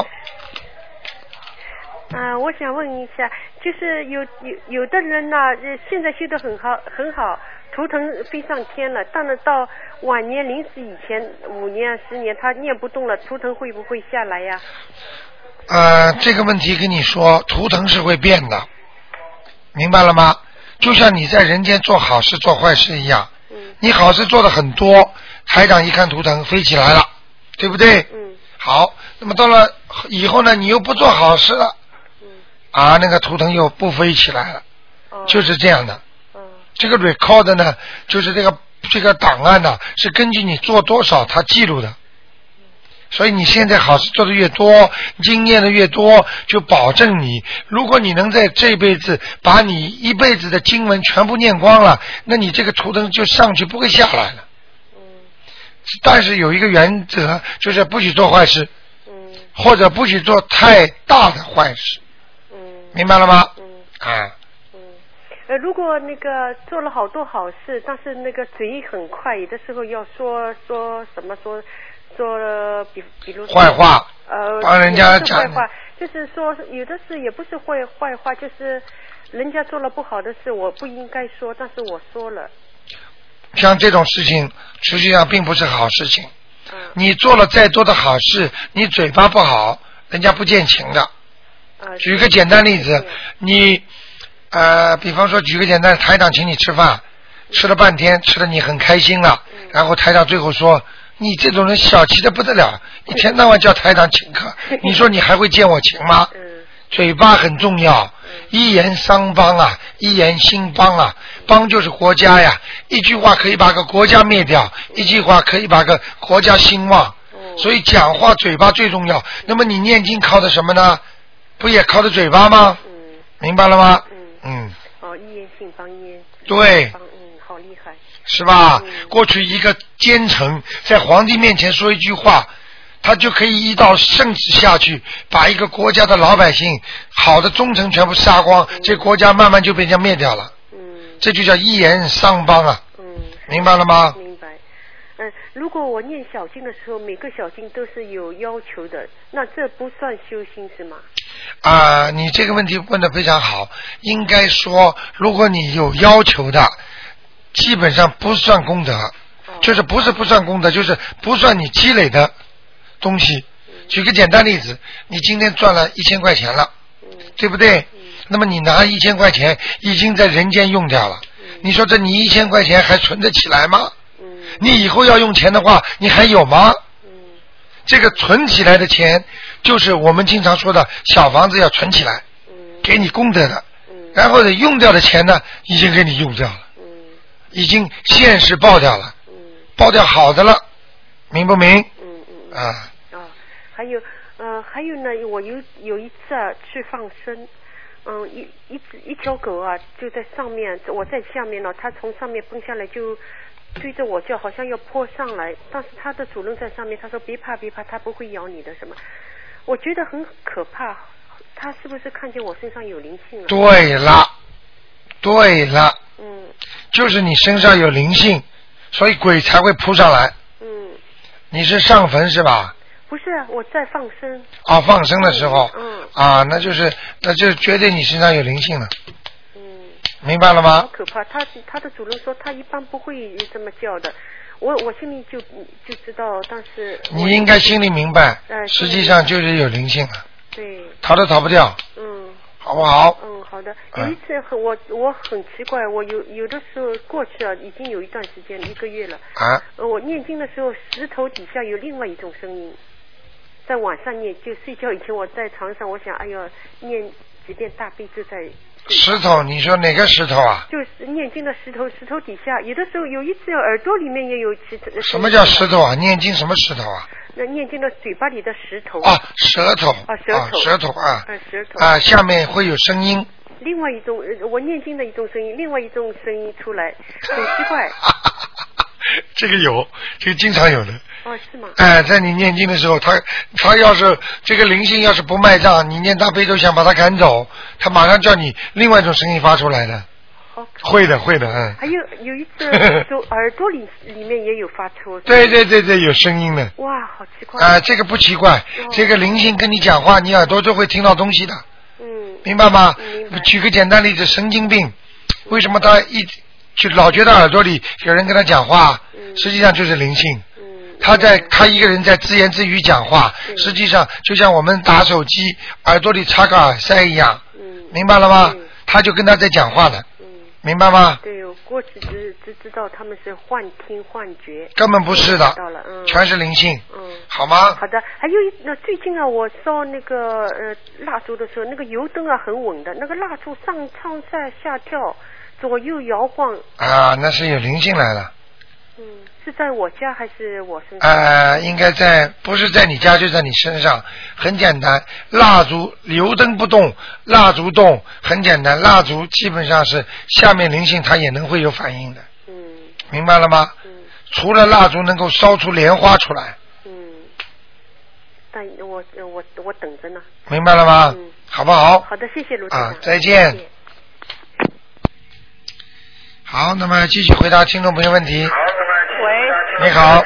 啊、呃，我想问一下，就是有有有的人呢、啊，现在修得很好很好，图腾飞上天了，但是到晚年临死以前五年十年，他念不动了，图腾会不会下来呀？ 呃，这个问题跟你说，图腾是会变的，明白了吗？就像你在人间做好事做坏事一样，嗯、你好事做的很多，台长一看图腾飞起来了，对不对？嗯。好，那么到了以后呢，你又不做好事了。啊，那个图腾又不飞起来了，哦、就是这样的。嗯、这个 record 呢，就是这个这个档案呢，是根据你做多少它记录的。所以你现在好事做的越多，经验的越多，就保证你，如果你能在这辈子把你一辈子的经文全部念光了，那你这个图腾就上去不会下来了。嗯、但是有一个原则，就是不许做坏事，嗯、或者不许做太大的坏事。明白了吗？嗯。啊。 嗯。呃，如果那个做了好多好事，但是那个嘴很快，有的时候要说说什么说说，比比如说坏话。 呃。 帮人家讲。 坏话，就是说有的事也不是坏坏话，就是人家做了不好的事，我不应该说，但是我说了。 像这种事情，实际上并不是好事情。嗯。你做了再多的好事，你嘴巴不好，人家不见情的。举个简单例子，你呃，比方说举个简单，台长请你吃饭，吃了半天，吃的你很开心了，然后台长最后说，你这种人小气的不得了，一天到晚叫台长请客，你说你还会见我情吗？嘴巴很重要，一言伤邦啊，一言兴邦啊，邦就是国家呀，一句话可以把个国家灭掉，一句话可以把个国家兴旺，所以讲话嘴巴最重要。那么你念经靠的什么呢？不也靠着嘴巴吗？嗯，明白了吗？嗯嗯。 哦，一言兴邦，一言对， 嗯，好厉害。 是吧？嗯、过去一个奸臣在皇帝面前说一句话，他就可以一道圣旨下去，把一个国家的老百姓好的忠臣全部杀光，嗯、这国家慢慢就被人家灭掉了。嗯，这就叫一言伤邦啊。嗯，明白了吗？ 明白。嗯，如果我念小经的时候，每个小经都是有要求的，那这不算修心是吗？ 啊、呃，你这个问题问得非常好。应该说，如果你有要求的，基本上不算功德，哦、就是不是不算功德，就是不算你积累的东西。嗯、举个简单例子，你今天赚了一千块钱了，嗯、对不对？嗯、那么你拿一千块钱已经在人间用掉了，嗯、你说这你一千块钱还存得起来吗？嗯、你以后要用钱的话，你还有吗？嗯、这个存起来的钱，就是我们经常说的小房子要存起来，嗯、给你功德的，嗯、然后用掉的钱呢，已经给你用掉了，嗯、已经现实报掉了，嗯、报掉好的了，明不明？ 嗯嗯啊啊，还有呃还有呢，我有有一次啊去放生。嗯，一一只一条狗啊，就在上面，我在下面呢，它从上面蹦下来就追着我叫，好像要扑上来，但是它的主人在上面，他说别怕别怕，它不会咬你的什么，我觉得很可怕，它是不是看见我身上有灵性了？ 对了，对了， 嗯， 就是你身上有灵性，所以鬼才会扑上来。 嗯， 你是上坟是吧？ 不是，我在放生。 哦，放生的时候。 嗯。 啊，那就是，那就绝对你身上有灵性了。嗯。明白了吗？ 好可怕！他他的主人说他一般不会这么叫的，我我心里就就知道，但是。 你应该心里明白。 呃、 实际上就是有灵性了。 对。 逃都逃不掉。 嗯。 好不好？ 嗯，好的。有一次很我我很奇怪，我有有的时候过去了，已经有一段时间一个月了。 啊。 呃，我念经的时候，石头底下有另外一种声音。在晚上念，就睡觉以前，我在床上，我想，哎呦，念几遍大悲咒在。 石头，你说哪个石头啊？ 就是念经的石头，石头底下，有的时候有一次耳朵里面也有石头。 什么叫石头啊？念经什么石头啊？ 那念经的嘴巴里的石头。 啊，舌头。 啊，舌头。啊、 舌头啊。 啊，舌头。 啊，下面会有声音。 另外一种，我念经的一种声音，另外一种声音出来，很奇怪。 这个有，这个经常有的。 哦，是吗？ 哎，在你念经的时候，他他要是这个灵性要是不卖账，你念大悲咒想把他赶走，他马上叫你另外一种声音发出来的。 好可爱。 会的会的，嗯。 还有有一次，就耳朵里里面也有发出。 对对对对，有声音的。 哇，好奇怪。 啊、呃，这个不奇怪，哦、这个灵性跟你讲话，你耳朵就会听到东西的。 嗯。 明白吗？ 明白。 举个简单例子，神经病，为什么他一就老觉得耳朵里有人跟他讲话？嗯、实际上就是灵性。他在他一个人在自言自语讲话，实际上就像我们打手机耳朵里插个耳塞一样，明白了吗？他就跟他在讲话的，明白吗？ 对，我过去只只知道他们是幻听幻觉， 根本不是的，全是灵性，好吗？ 好的，还有一那最近啊，我烧那个呃蜡烛的时候，那个油灯啊很稳的，那个蜡烛上上下下跳，左右摇晃。啊， 那是有灵性来了。 嗯，是在我家还是我身上？ 呃，应该在，不是在你家就在你身上。很简单，蜡烛油灯不动，蜡烛动，很简单。蜡烛基本上是下面灵性它也能会有反应的。嗯。明白了吗？嗯。除了蜡烛能够烧出莲花出来。 嗯。但我我我等着呢。 明白了吗？嗯。好不好？ 好的，谢谢卢台长。 啊，再见。谢谢。好，那么继续回答听众朋友问题。 喂。 你好。喂。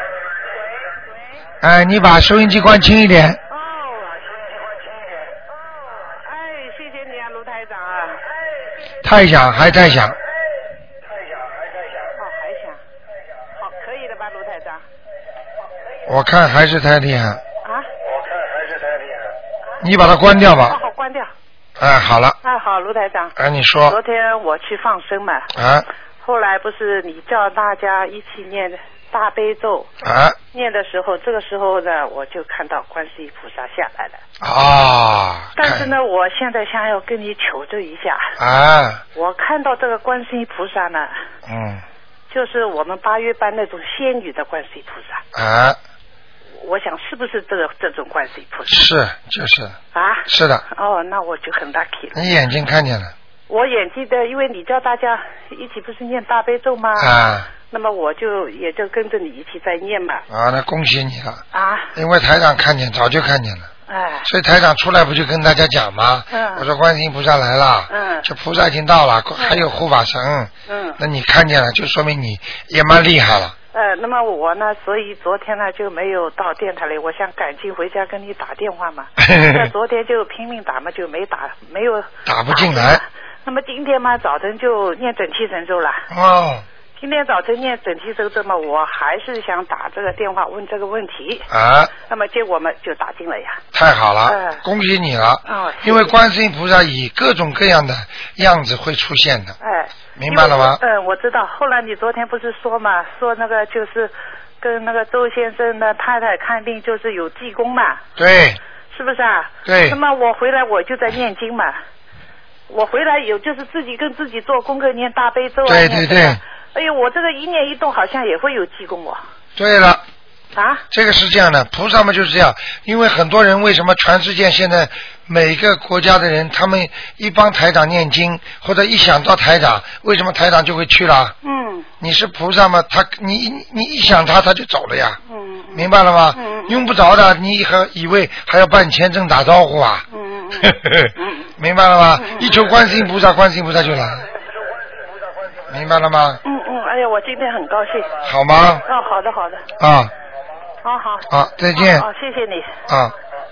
哎，你把收音机关轻一点。 哦，收音机关轻一点。哦，哎，谢谢你啊，卢台长啊。 太响，还在响。 太响，还在响。哦，还响。好，可以的吧，卢台长。 我看还是太厉害。啊？ 我看还是太厉害。 你把它关掉吧。 好好，关掉。 哎，好了。 哎，好，卢台长。 哎，你说。 昨天我去放生嘛。 啊。 后来不是你叫大家一起念大悲咒。 啊。 念的时候，这个时候呢，我就看到观世音菩萨下来了。 啊。 但是呢，我现在想要跟你求证一下。 啊。 我看到这个观世音菩萨呢。 嗯。 就是我们八月班那种仙女的观世音菩萨。 啊。 我想是不是这个这种观世音菩萨？ 是，就是。 啊？ 是的。 哦，那我就很 lucky 了。 你眼睛看见了？ 我眼睛的，因为你叫大家一起不是念大悲咒吗？ 啊。 那么我就也就跟着你一起在念嘛。 啊，那恭喜你了。 啊。 因为台长看见，早就看见了。 哎。 所以台长出来不就跟大家讲吗？ 嗯。 我说观世音菩萨来了。 嗯。 这菩萨已经到了，还有护法神。 嗯。 那你看见了，就说明你也蛮厉害了。 呃，那么我呢，所以昨天呢就没有到电台里，我想赶紧回家跟你打电话嘛。那昨天就拼命打嘛，就没打，没有打不进来。 那么今天嘛，早晨就念准提神咒了。 哦。 今天早晨念准提神咒嘛，我还是想打这个电话问这个问题。 啊。 那么结果嘛就打进了呀。 太好了， 呃、 恭喜你了。 哦。 因为观世音菩萨以各种各样的样子会出现的。 哎。 明白了吗？ 嗯，我知道。后来你昨天不是说嘛，说那个就是跟那个周先生的太太看病，就是有济公嘛。 对。 是不是啊？ 对。 那么我回来我就在念经嘛，我回来有就是自己跟自己做功课念大悲咒啊。 对对对。 哎呦，我这个一念一动好像也会有济公哦。 对了。 啊， 这个是这样的，菩萨们就是这样，因为很多人为什么全世界现在每个国家的人，他们一帮台长念经，或者一想到台长，为什么台长就会去了？ 嗯。 你是菩萨吗？他你你一想他，他就走了呀。 嗯。 明白了吗？ 嗯。 用不着的，你还以为还要办签证打招呼啊？ 嗯嗯。明白了吗？一求观世音菩萨，观世音菩萨就来。明白了吗？ 嗯嗯，哎呀，我今天很高兴。 好吗？ 哦，好的好的。 啊。 好好。 好，再见。 好，谢谢你。 啊。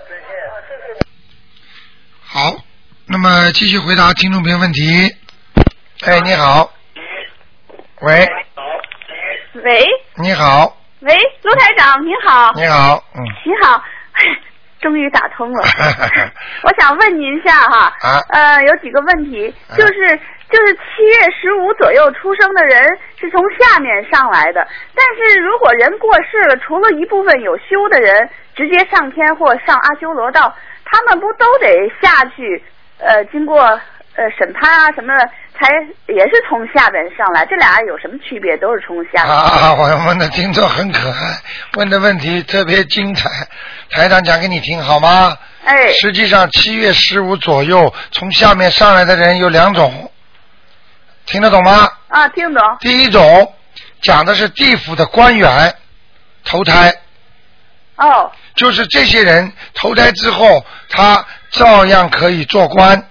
好，那么继续回答听众朋友问题。哎，你好。喂。 喂。 你好。 喂，卢台长，您好。 你好，嗯。 你好，终于打通了。我想问您一下哈， 啊、 呃，有几个问题，就是就是七月十五左右出生的人是从下面上来的，但是如果人过世了，除了一部分有修的人直接上天或上阿修罗道，他们不都得下去呃经过呃审判啊什么的，才也是从下边上来，这俩有什么区别？都是从下边。 啊，我们的听众很可爱，问的问题特别精彩，台长讲给你听好吗？ 哎。 实际上七月十五左右从下面上来的人有两种，听得懂吗？ 啊，听懂。 第一种讲的是地府的官员投胎。 哦。 就是这些人投胎之后，他照样可以做官。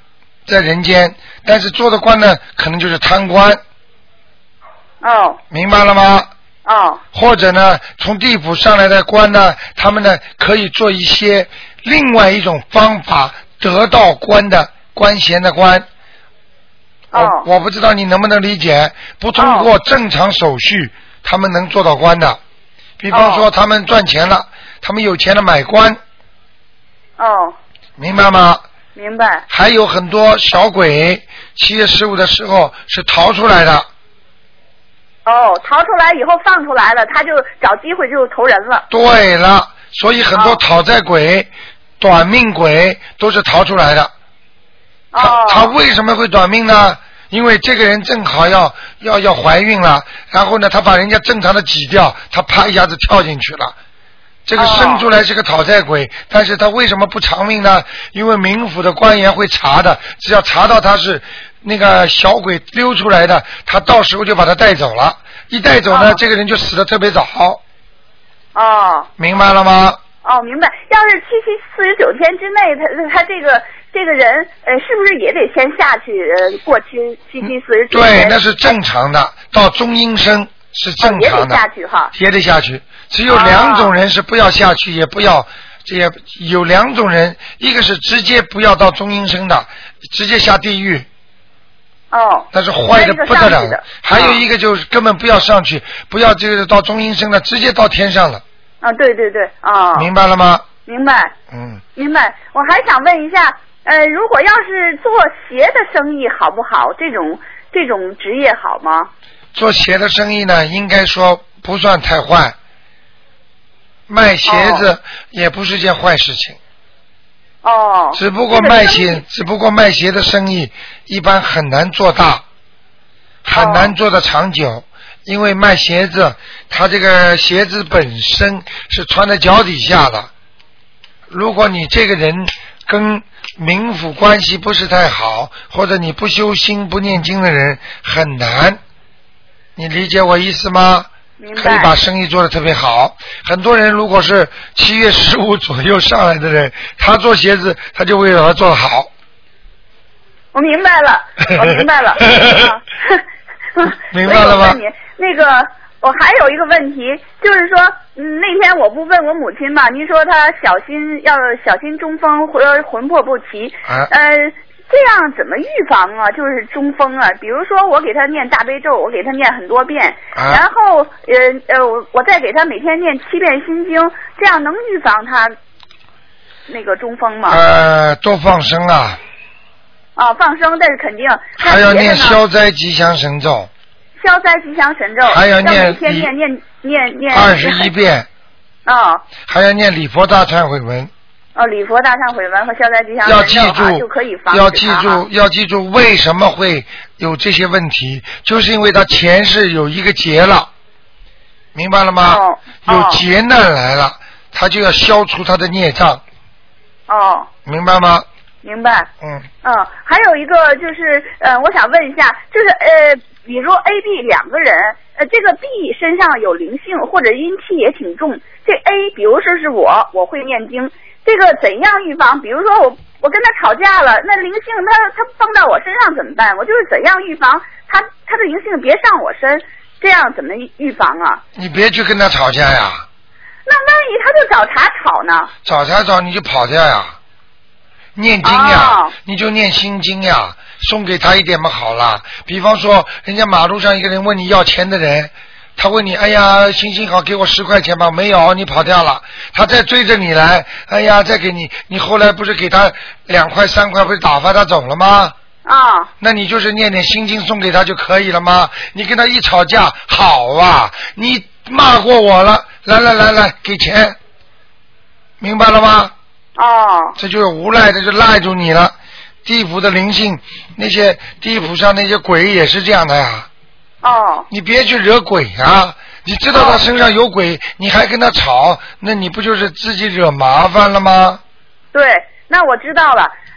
在人间，但是做的官呢，可能就是贪官。 哦。 明白了吗？ 哦。 或者呢，从地府上来的官呢，他们呢可以做一些另外一种方法得到官的官衔的官。 哦。 我我不知道你能不能理解，不通过正常手续，他们能做到官的。比方说，他们赚钱了，哦、他们有钱了买官。 哦。 明白吗？ 明白。 还有很多小鬼，七月十五的时候是逃出来的。 哦，逃出来以后放出来了，他就找机会就投人了。 对了，所以很多讨债鬼、哦、短命鬼都是逃出来的。 哦。 他他为什么会短命呢？因为这个人正好要要要怀孕了，然后呢，他把人家正常的挤掉，他啪一下子跳进去了。这个生出来是个讨债鬼，哦、但是他为什么不偿命呢？因为冥府的官员会查的，只要查到他是那个小鬼溜出来的，他到时候就把他带走了。一带走呢，哦、这个人就死得特别早。 哦。 明白了吗？ 哦，明白。要是七七四十九天之内，他他这个这个人，呃，是不是也得先下去呃过七七七四十九天？ 对，那是正常的，到中阴身是正常的。 哦、也得下去哈。 也得下去。只有两种人是不要下去，哦、也不要，也有两种人，一个是直接不要到中阴身的，直接下地狱。 哦。 那是坏的不得了的。还有一个就是根本不要上去，不要这个到中阴身了，直接到天上了。 啊，对对对，啊、哦。 明白了吗？ 明白。 嗯。 明白。我还想问一下，呃，如果要是做鞋的生意好不好？这种这种职业好吗？ 做鞋的生意呢，应该说不算太坏。卖鞋子也不是件坏事情。 哦。 只不过卖鞋，只不过卖鞋的生意一般很难做大，很难做得长久，哦、因为卖鞋子，它这个鞋子本身是穿在脚底下的。如果你这个人跟冥府关系不是太好，或者你不修心不念经的人，很难。你理解我意思吗？可以把生意做得特别好。很多人如果是七月十五左右上来的人，他做鞋子他就会把它做得好。 我明白了，我明白了。 明白了吗？ 所以我问你，那个我还有一个问题，就是说，嗯，那天我不问我母亲嘛，您说她小心要小心中风或者魂魄不齐， 啊、 呃。这样怎么预防啊？就是中风啊，比如说我给他念大悲咒，我给他念很多遍， 啊、 然后呃呃，我我再给他每天念七遍心经，这样能预防他那个中风吗？ 呃，多放生啊。 啊，放生，但是肯定。 还要念消灾吉祥神咒。 消灾吉祥神咒。 还要念每天念念念念二十一遍。 啊、哦。 还要念礼佛大忏悔文。 哦，礼佛大忏悔文和消灾吉祥要记住、 啊、就可以防止要记住，要记住为什么会有这些问题，就是因为他前世有一个劫了，明白了吗？ 哦哦、有劫难来了，他就要消除他的孽障。 哦。 明白吗？ 明白。 嗯。 嗯，还有一个就是呃，我想问一下，就是呃，比如 A、B 两个人，呃，这个 B 身上有灵性或者阴气也挺重，这 A 比如说是我，我会念经。这个怎样预防？比如说我我跟他吵架了，那灵性他他放到我身上怎么办？我就是怎样预防他他的灵性别上我身，这样怎么预防啊？ 你别去跟他吵架呀。 那万一他就找茬吵呢？ 找茬吵你就跑掉呀，念经呀， 哦、 你就念心经呀，送给他一点嘛好了。比方说，人家马路上一个人问你要钱的人。他问你，哎呀，行行好，给我十块钱吧。没有，你跑掉了。他再追着你来，哎呀，再给你，你后来不是给他两块三块，不是打发他走了吗？ 啊、哦。 那你就是念点心经送给他就可以了吗？你跟他一吵架，好啊，你骂过我了，来来来来，给钱，明白了吗？ 哦。 这就是无赖的，就赖住你了。地府的灵性，那些地府上那些鬼也是这样的呀。 哦， 你别去惹鬼啊！你知道他身上有鬼，哦、你还跟他吵，那你不就是自己惹麻烦了吗？ 对，那我知道了。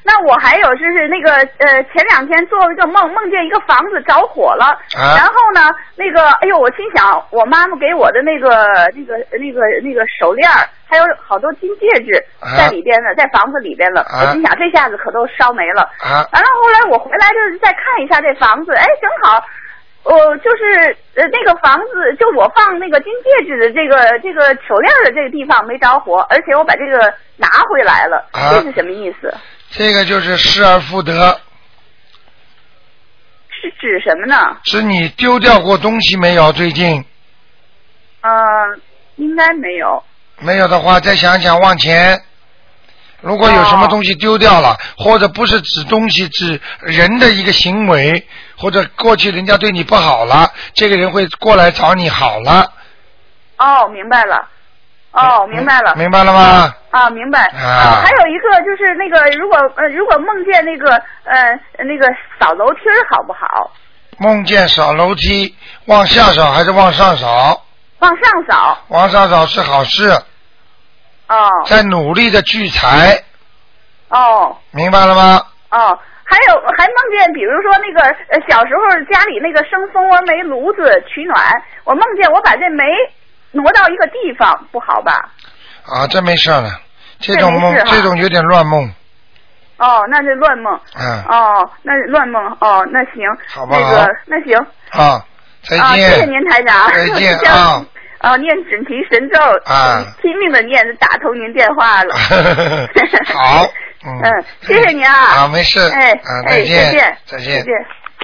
那我还有就是那个呃，前两天做了一个梦，梦见一个房子着火了， 啊、 然后呢，那个哎呦，我心想我妈妈给我的那个那个那个那个手链还有好多金戒指在里边呢，啊、在房子里边了，啊、我心想这下子可都烧没了。 啊， 完了后来我回来就是再看一下这房子，哎，正好。我、呃、就是呃那个房子，就我放那个金戒指的这个这个手链的这个地方没着火，而且我把这个拿回来了，啊、这是什么意思？ 这个就是失而复得。 是指什么呢？ 是你丢掉过东西没有？最近？ 呃，应该没有。 没有的话，再想想往前。如果有什么东西丢掉了，哦、或者不是指东西，指人的一个行为，或者过去人家对你不好了，这个人会过来找你好了。 哦，明白了。哦，明白了。 明白了吗？ 啊，明白。啊，还有一个就是那个，如果呃，如果梦见那个呃那个扫楼梯好不好？ 梦见扫楼梯，往下扫还是往上扫？ 往上扫。 往上扫是好事。 哦。 在努力的聚财。 哦。 明白了吗？ 哦，还有还梦见，比如说那个呃小时候家里那个生蜂窝煤炉子取暖，我梦见我把这煤挪到一个地方，不好吧？ 啊，这没事了，这种梦，这种有点乱梦。 哦，那是乱梦。 嗯。 哦，那是乱梦。哦，那行。 好不好？ 那个，那行。 啊，再见。 啊，谢谢您台长。 再见啊。 哦，念准提神咒， 啊， 拼命的念，打通您电话了。 好。 嗯, 嗯，谢谢您啊。 啊，没事。 哎， 啊，再见。 再见。 再见。 再见。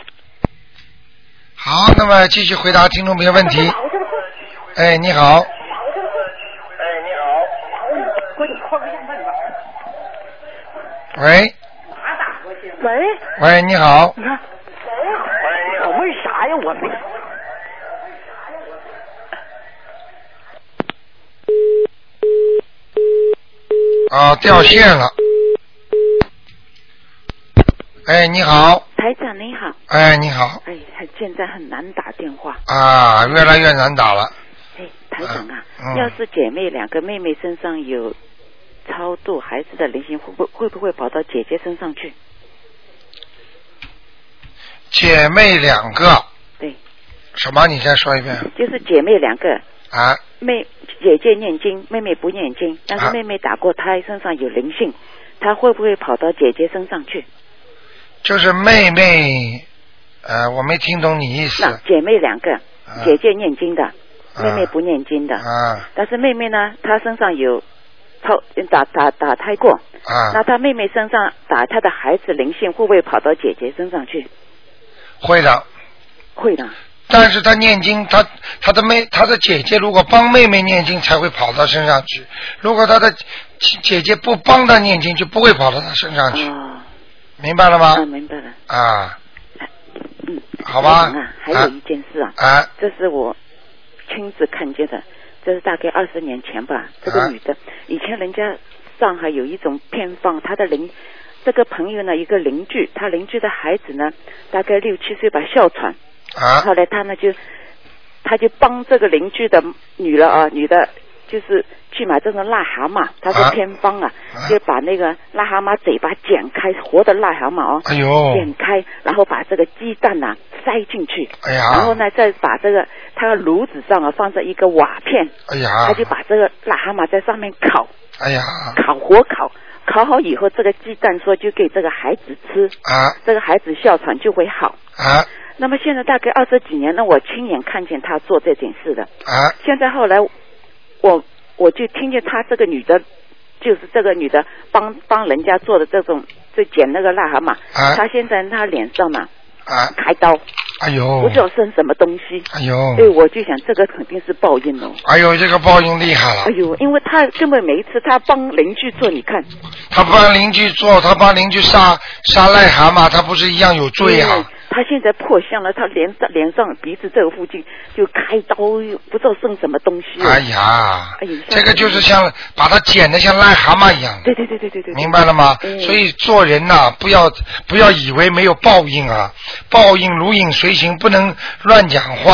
好，那么继续回答听众朋友问题。哎，你好。 哎，你好。 喂。 喂。 喂，你好。 你看。我为啥呀？我没。 啊，掉线了。哎，你好。 台长你好。 哎，你好。 哎，现在很难打电话。 啊，越来越难打了。 哎，台长啊， 嗯、 要是姐妹两个妹妹身上有超度孩子的灵性，会不会不会跑到姐姐身上去？ 姐妹两个。 对。 什么？你再说一遍。 就是姐妹两个。 啊。 妹姐姐念经，妹妹不念经，但是妹妹打过胎，身上有灵性，她会不会跑到姐姐身上去？ 就是妹妹，呃，我没听懂你意思。 那姐妹两个， 啊、 姐姐念经的，啊、妹妹不念经的。 啊。 但是妹妹呢，她身上有超打打打胎过。 啊。 那她妹妹身上打她的孩子灵性，会不会跑到姐姐身上去？ 会的。 会的。 但是她念经，她她的妹她的姐姐如果帮妹妹念经，才会跑到身上去。如果她的姐姐不帮她念经，就不会跑到她身上去。 哦。 明白了吗？ 啊，明白了。 啊。 嗯。 好吧。 啊，还有一件事啊。 啊。 这是我亲自看见的，这是大概二十年前吧。这个女的，啊、以前人家上海有一种偏方，她的邻这个朋友呢，一个邻居，他邻居的孩子呢，大概六七岁吧，哮喘。 啊。 后来他呢就，他就帮这个邻居的女的啊，女的就是去买这种癞蛤蟆，他是偏方啊，啊就把那个癞蛤蟆嘴巴剪开，活的癞蛤蟆哦， 哎呦， 剪开，然后把这个鸡蛋呐、啊、塞进去， 哎呀， 然后呢再把这个他的炉子上啊放着一个瓦片， 哎呀， 他就把这个癞蛤蟆在上面烤， 哎呀， 烤火烤。烤好以后，这个鸡蛋说就给这个孩子吃， 啊， 这个孩子哮喘就会好， 啊。 那么现在大概二十几年了，我亲眼看见他做这件事的， 啊。 现在后来我我就听见他这个女的，就是这个女的帮帮人家做的这种，就剪那个癞蛤蟆， 啊。 他现在他脸上嘛， 啊， 开刀。 哎呦， 不知道生什么东西。 哎呦， 对，我就想这个肯定是报应哦。 哎呦，这个报应厉害了。 哎呦，因为他根本每一次他帮邻居做，你看。 他帮邻居做，他帮邻居杀杀癞蛤蟆，他不是一样有罪啊？ 嗯、他现在破相了，他脸上脸上鼻子这个附近就开刀，不知道生什么东西、哦。 哎呀， 哎呦， 这个就是像把他剪得像癞蛤蟆一样。 对对对对对对。 明白了吗？嗯、所以做人呐、啊，不要不要以为没有报应啊，报应如影随形，不能乱讲话。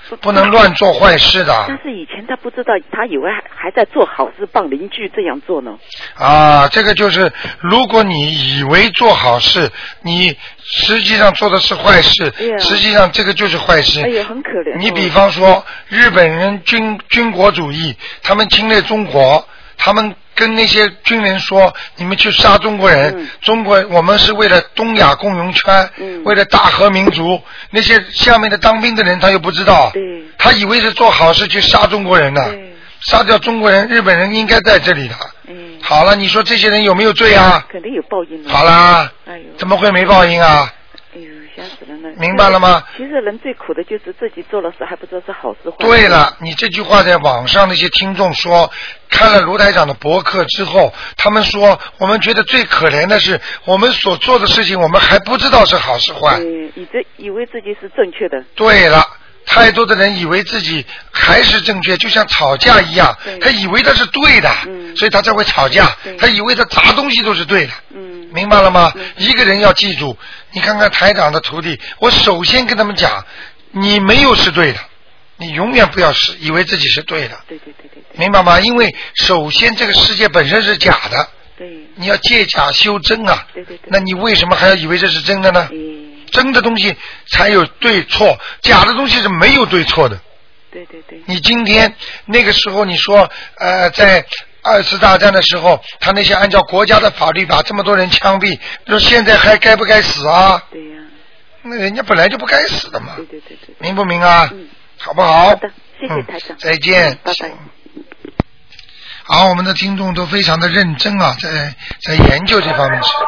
不能乱做坏事的。 但是以前他不知道，他以为还还在做好事，帮邻居这样做呢。 啊，这个就是如果你以为做好事，你实际上做的是坏事， 哎呀实际上这个就是坏事。 哎呀，很可怜。 你比方说日本人军军国主义，他们侵略中国，他们跟那些军人说，你们去杀中国人， 嗯、 中国我们是为了东亚共荣圈、嗯，为了大和民族。那些下面的当兵的人他又不知道，他以为是做好事去杀中国人呢，杀掉中国人，日本人应该在这里的。嗯、好了，你说这些人有没有罪啊？ 肯定有报应了。 好啦， 哎呦， 怎么会没报应啊？ 哎呦，吓死人了！ 明白了吗？ 其实人最苦的就是自己做了事还不知道是好事坏事。 对了，你这句话在网上那些听众说，看了卢台长的博客之后，他们说我们觉得最可怜的是我们所做的事情，我们还不知道是好是坏。 嗯，以这以为自己是正确的。 对了。太多的人以为自己还是正确，就像吵架一样，他以为他是对的，嗯、所以他才会吵架。他以为他砸东西都是对的，嗯、明白了吗？嗯、一个人要记住，你看看台长的徒弟，我首先跟他们讲，你没有是对的，你永远不要是以为自己是对的， 对对对对对， 明白吗？因为首先这个世界本身是假的， 对， 你要借假修真啊， 对对对， 那你为什么还要以为这是真的呢？ 嗯真的东西才有对错，假的东西是没有对错的。 对对对。 你今天那个时候你说，呃，在二次大战的时候，他那些按照国家的法律把这么多人枪毙，说现在还该不该死啊？ 对呀、啊。 那人家本来就不该死的嘛。 对对对对。 明不明啊？ 嗯。 好不好？ 好的，谢谢台长。 嗯、再见。 拜拜。 好，我们的听众都非常的认真啊，在在研究这方面事。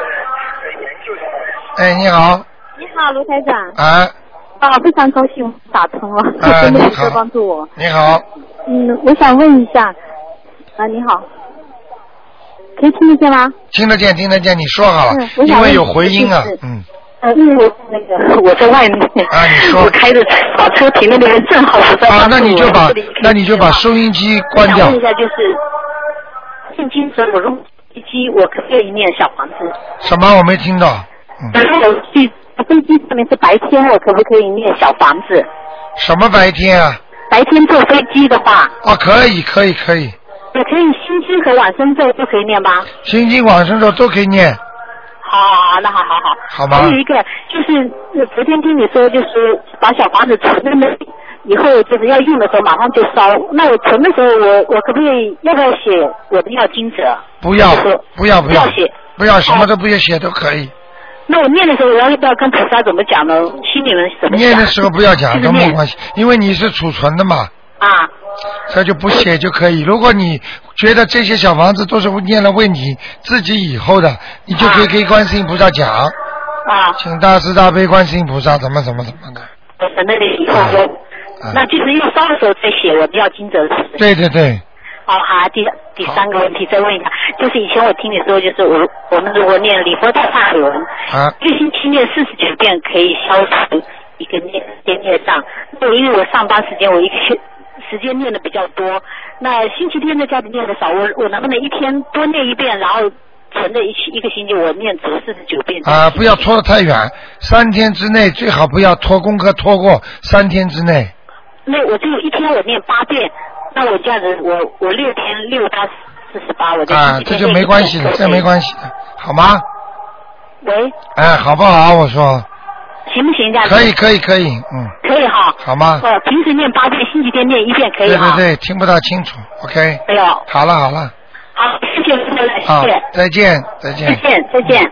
哎，你好。 你好，卢台长。 啊。 啊，非常高兴打通了， 啊、 真的是帮助我。 你好。 嗯，我想问一下，啊，你好，可以听得见吗？ 听得见，听得见，你说好了， 嗯、 因为有回音啊，嗯。 呃，因为那个我在外面， 啊，你说。 我开的把车停在那边，正好是在。 啊，那你就把那你就把收音机关掉。 我想问一下，就是进京时我用飞机，我可不可以念小房子？ 什么？我没听到。嗯。 我去飞机上面是白天，我可不可以念小房子？ 什么白天啊？ 白天坐飞机的话。 哦，可以，可以，可以。 也可以心经和往生咒都可以念吗？ 心经、往生咒都可以念。 好好好，那好好好。 好吗？ 还有一个就是昨天听你说，就是把小房子存在那以后，就是要用的时候马上就烧。那我存的时候，我我可不可以要不要写我的要经者？ 不要，不要，不要写， 不要什么都不要写都可以。 那我念的时候，我要不要跟菩萨怎么讲呢？心里面怎么讲？ 念的时候不要讲都没关系，因为你是储存的嘛。 啊。 这就不写就可以。如果你觉得这些小房子都是念了为你自己以后的，你就可以给观世音菩萨讲。 啊。 请大慈大悲观世音菩萨怎么怎么怎么的。 我存那里以后我， 啊、 那就是要烧的时候再写我的要经者。 对对对。 哦，好，第第三个问题再问一下，就是以前我听你说，就是我我们如果念礼佛大忏悔文， 啊， 一星期念四十九遍可以消除一个孽孽孽障。那因为我上班时间我一个时间念的比较多，那星期天在家里念的少，我我能不能一天多念一遍，然后存着一一个星期我念足四十九遍？ 啊，不要拖得太远，三天之内最好不要拖功课拖过三天之内。 那我只有一天我念八遍。那我这样子，我我六天六到四十八，我就啊，这就没关系的，这没关系的，好吗？ 喂。 哎，好不好？我说。 行不行这样子？ 可以，可以，可以，嗯。 可以哈。 好吗？ 呃，平时念八遍，星期天念一遍，可以哈。 对对对，听不大清楚 ，OK。 没有。 好了好了。 好，谢谢谢谢。 好，再见再见。 再见再见。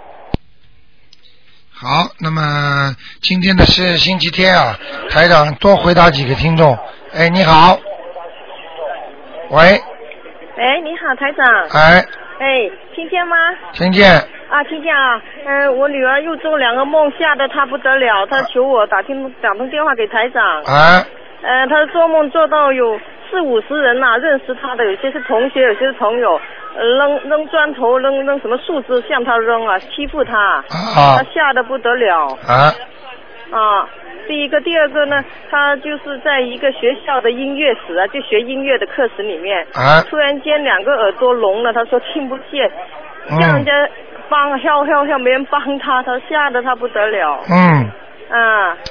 好，那么今天的是星期天啊，台长多回答几个听众。哎，你好。喂。 哎，你好，台长。 哎。 哎，听见吗？ 听见。 啊，听见啊。嗯、呃，我女儿又做两个梦，吓得她不得了，她求我打听打通电话给台长。 啊。 呃，她做梦做到有四五十人呐、啊，认识她的，有些是同学，有些是朋友，呃、扔扔砖头，扔扔什么树枝向她扔啊，欺负她。 啊。 她吓得不得了。 啊。 啊，第一个，第二个呢，他就是在一个学校的音乐室啊，就学音乐的课室里面， 啊， 突然间两个耳朵聋了，他说听不见， 嗯、 叫人家帮，笑笑笑，没人帮他，他吓得他不得了。 嗯。 啊。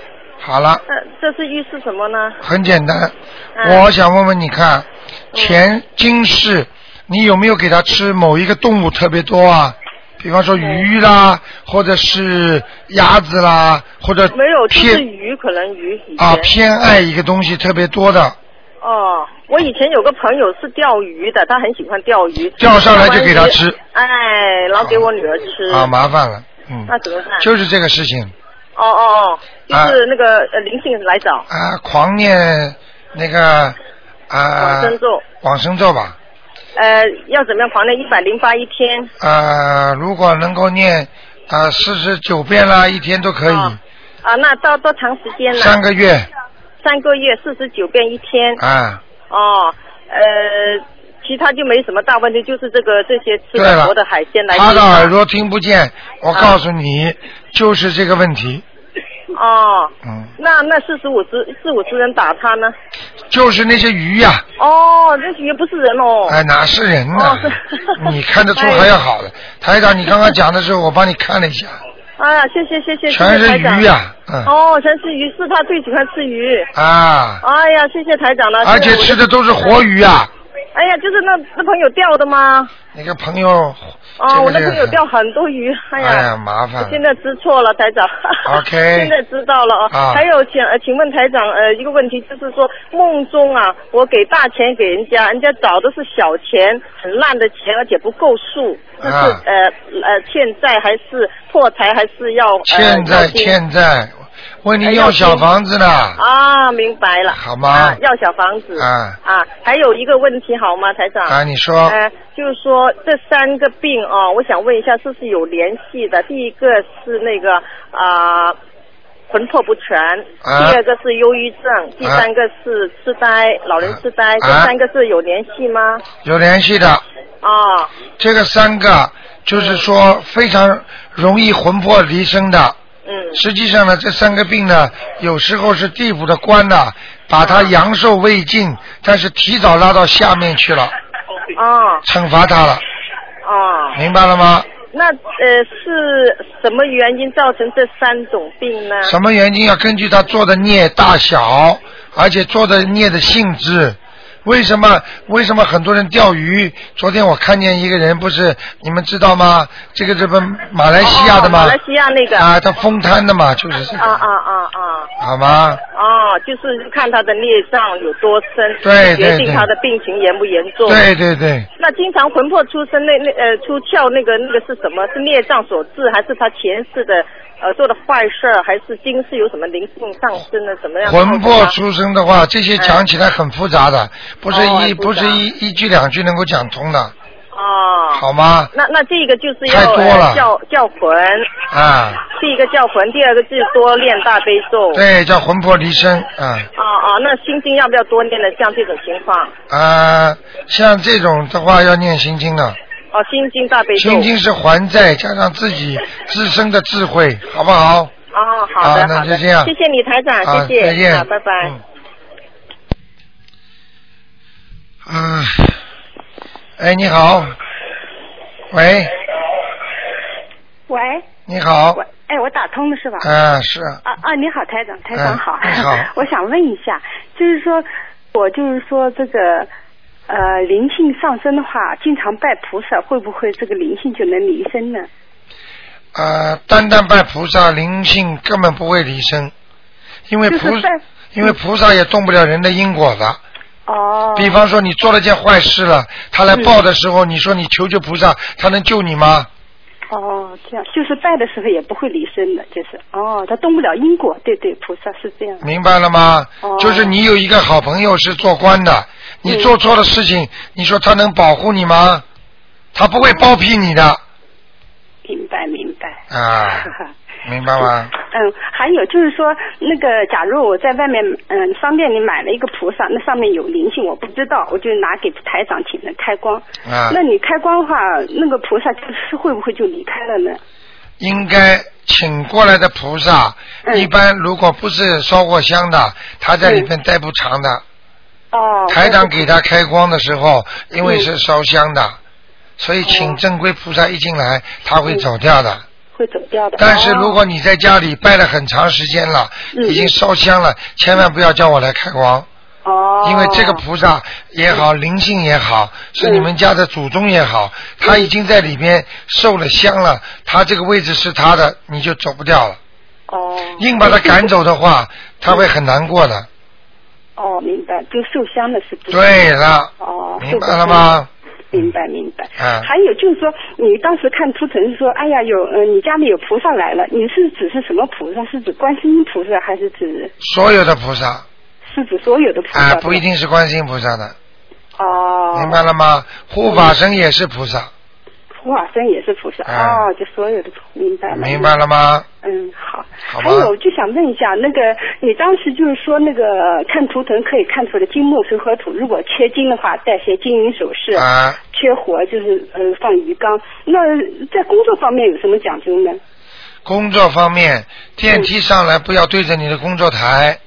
好了。 那这是预示什么呢？ 很简单， 嗯、 我想问问你看，前今世你有没有给他吃某一个动物特别多啊？比方说鱼啦，或者是鸭子啦，或者没有，就偏是鱼，可能鱼以前啊偏爱一个东西特别多的。 哦，我以前有个朋友是钓鱼的，他很喜欢钓鱼， 钓上来就给他吃。 哎，然后给我女儿吃。 啊，麻烦了，嗯。 那怎么办？ 就是这个事情。 哦哦哦，就是那个、啊、呃灵性来找。 啊，狂念那个啊。 往生咒。 往生咒吧。 呃，要怎么样狂念？一百零八一天。 呃，如果能够念啊四十九遍啦，一天都可以。 哦、啊，那到多长时间呢？ 三个月。 三个月，四十九遍一天。 啊。 哦，呃，其他就没什么大问题，就是这个这些吃的活的海鲜来。 他的耳朵听不见，我告诉你，啊、就是这个问题。 哦。 嗯。 那那四十五只四五只人打他呢？ 就是那些鱼呀、 啊。哦，那鱼不是人哦。 哎，哪是人呢、啊？ 哦、 你看得出还要好的。哎、台长，你刚刚讲的时候，我帮你看了一下。 哎呀，谢谢谢谢， 全是鱼呀、啊， 嗯。哦，全是鱼，是他最喜欢吃鱼。 啊。 哎呀，谢谢台长了。 而且吃的都是活鱼啊。 哎呀，就是那那朋友钓的吗？ 那个朋友。 哦，我那朋友钓很多鱼，哎呀， 哎呀麻烦。 我现在知错了，台长。 OK。 现在知道了啊。还有，请呃，请问台长，呃，一个问题就是说，梦中啊，我给大钱给人家，人家找的是小钱，很烂的钱，而且不够数，这是、啊、呃呃欠债还是破财还是要？ 欠债、呃、欠债。问你要小房子呢？ 啊，明白了。 好吗？ 啊、要小房子。 啊啊，还有一个问题好吗，台长？ 啊，你说。 呃，就是说这三个病啊，我想问一下，是不是有联系的？第一个是那个啊、呃，魂魄不全；啊、第二个是忧郁症；啊、第三个是痴呆，啊、老人痴呆。啊、这三个是有联系吗？ 有联系的。 啊。 这个三个就是说非常容易魂魄离身的。 嗯， 实际上呢，这三个病呢，有时候是地府的官呢，把他阳寿未尽，啊、但是提早拉到下面去了， 啊， 惩罚他了， 啊， 明白了吗？ 那呃是什么原因造成这三种病呢？ 什么原因要根据他做的孽大小，而且做的孽的性质。为什么为什么很多人钓鱼？昨天我看见一个人，不是你们知道吗？这个这不马来西亚的吗？ 哦、马来西亚那个啊，他风瘫的嘛，就是这个。 啊啊啊啊！ 好吗？ 哦，就是看他的孽障有多深， 对对对， 决定他的病情严不严重。 对对对。 那经常魂魄出生那那呃出窍那个那个是什么？是孽障所致，还是他前世的呃做的坏事，还是今世有什么灵性上升的怎么样？ 魂魄出生的话，这些讲起来很复杂的。嗯不是一、哦、不是一一句两句能够讲通的。 哦。 好吗？ 那那这个就是要太多了、 呃、叫叫魂。 啊。 第一个叫魂，第二个就是多练大悲咒。 对，叫魂魄离身。啊。 哦哦，那心经要不要多念的？像这种情况。 啊、呃，像这种的话要念心经的。 哦，心经大悲咒。 心经是还债加上自己自身的智慧，好不好？ 哦，好的， 啊、那就这样。 谢谢你台长， 啊、 谢谢， 再见， 啊，拜拜。 嗯啊，哎，你好，喂， 喂， 你好， 喂，哎，我打通了是吧？ 啊，是啊啊，你好，台长，台长好， 哎、你好， 我想问一下，就是说，我就是说这个呃灵性上升的话，经常拜菩萨，会不会这个灵性就能离身呢？ 呃，单单拜菩萨，灵性根本不会离身，因为菩萨，因为菩萨也动不了人的因果的。 哦。 比方说你做了件坏事了，他来报的时候，嗯、你说你求求菩萨，他能救你吗？ 哦，这样就是拜的时候也不会离身的，就是哦，他动不了因果，对对，菩萨是这样。 明白了吗？ 哦。 就是你有一个好朋友是做官的，你做错了事情，嗯、你说他能保护你吗？他不会包庇你的。 明白明白。 啊。明白吗？ 嗯，还有就是说，那个假如我在外面嗯商店里买了一个菩萨，那上面有灵性，我不知道，我就拿给台长请的开光。 啊。 那你开光的话，那个菩萨就是会不会就离开了呢？ 应该请过来的菩萨，嗯、一般如果不是烧过香的，他在里面待不长的。 哦。 台长给他开光的时候，因为是烧香的，嗯、所以请正规菩萨一进来，他会走掉的。 会走掉的。 但是如果你在家里拜了很长时间了， 嗯、 已经烧香了，千万不要叫我来开光。 哦。 因为这个菩萨也好，嗯、灵性也好，是你们家的祖宗也好，嗯、他已经在里边受了香了，他这个位置是他的，你就走不掉了。 哦。 硬把他赶走的话，他会很难过的。 哦，明白，就受香的是不是？ 对了。 哦。 明白了吗？ 明白明白。 嗯。 还有就是说，你当时看图腾说，哎呀，有呃，你家里有菩萨来了，你是指是什么菩萨？是指观世音菩萨，还是指所有的菩萨？ 是指所有的菩萨？ 啊，不一定是观世音菩萨的。 哦。 明白了吗？护法神也是菩萨。 护法神也是菩萨。 嗯、 哦，就所有的明白了。 明白了吗？ 嗯，好。 好还有就想问一下，那个你当时就是说那个看图腾可以看出的金木水火土，如果缺金的话，戴些金银首饰； 啊、 缺火就是呃放鱼缸。那在工作方面有什么讲究呢？ 工作方面，电梯上来不要对着你的工作台，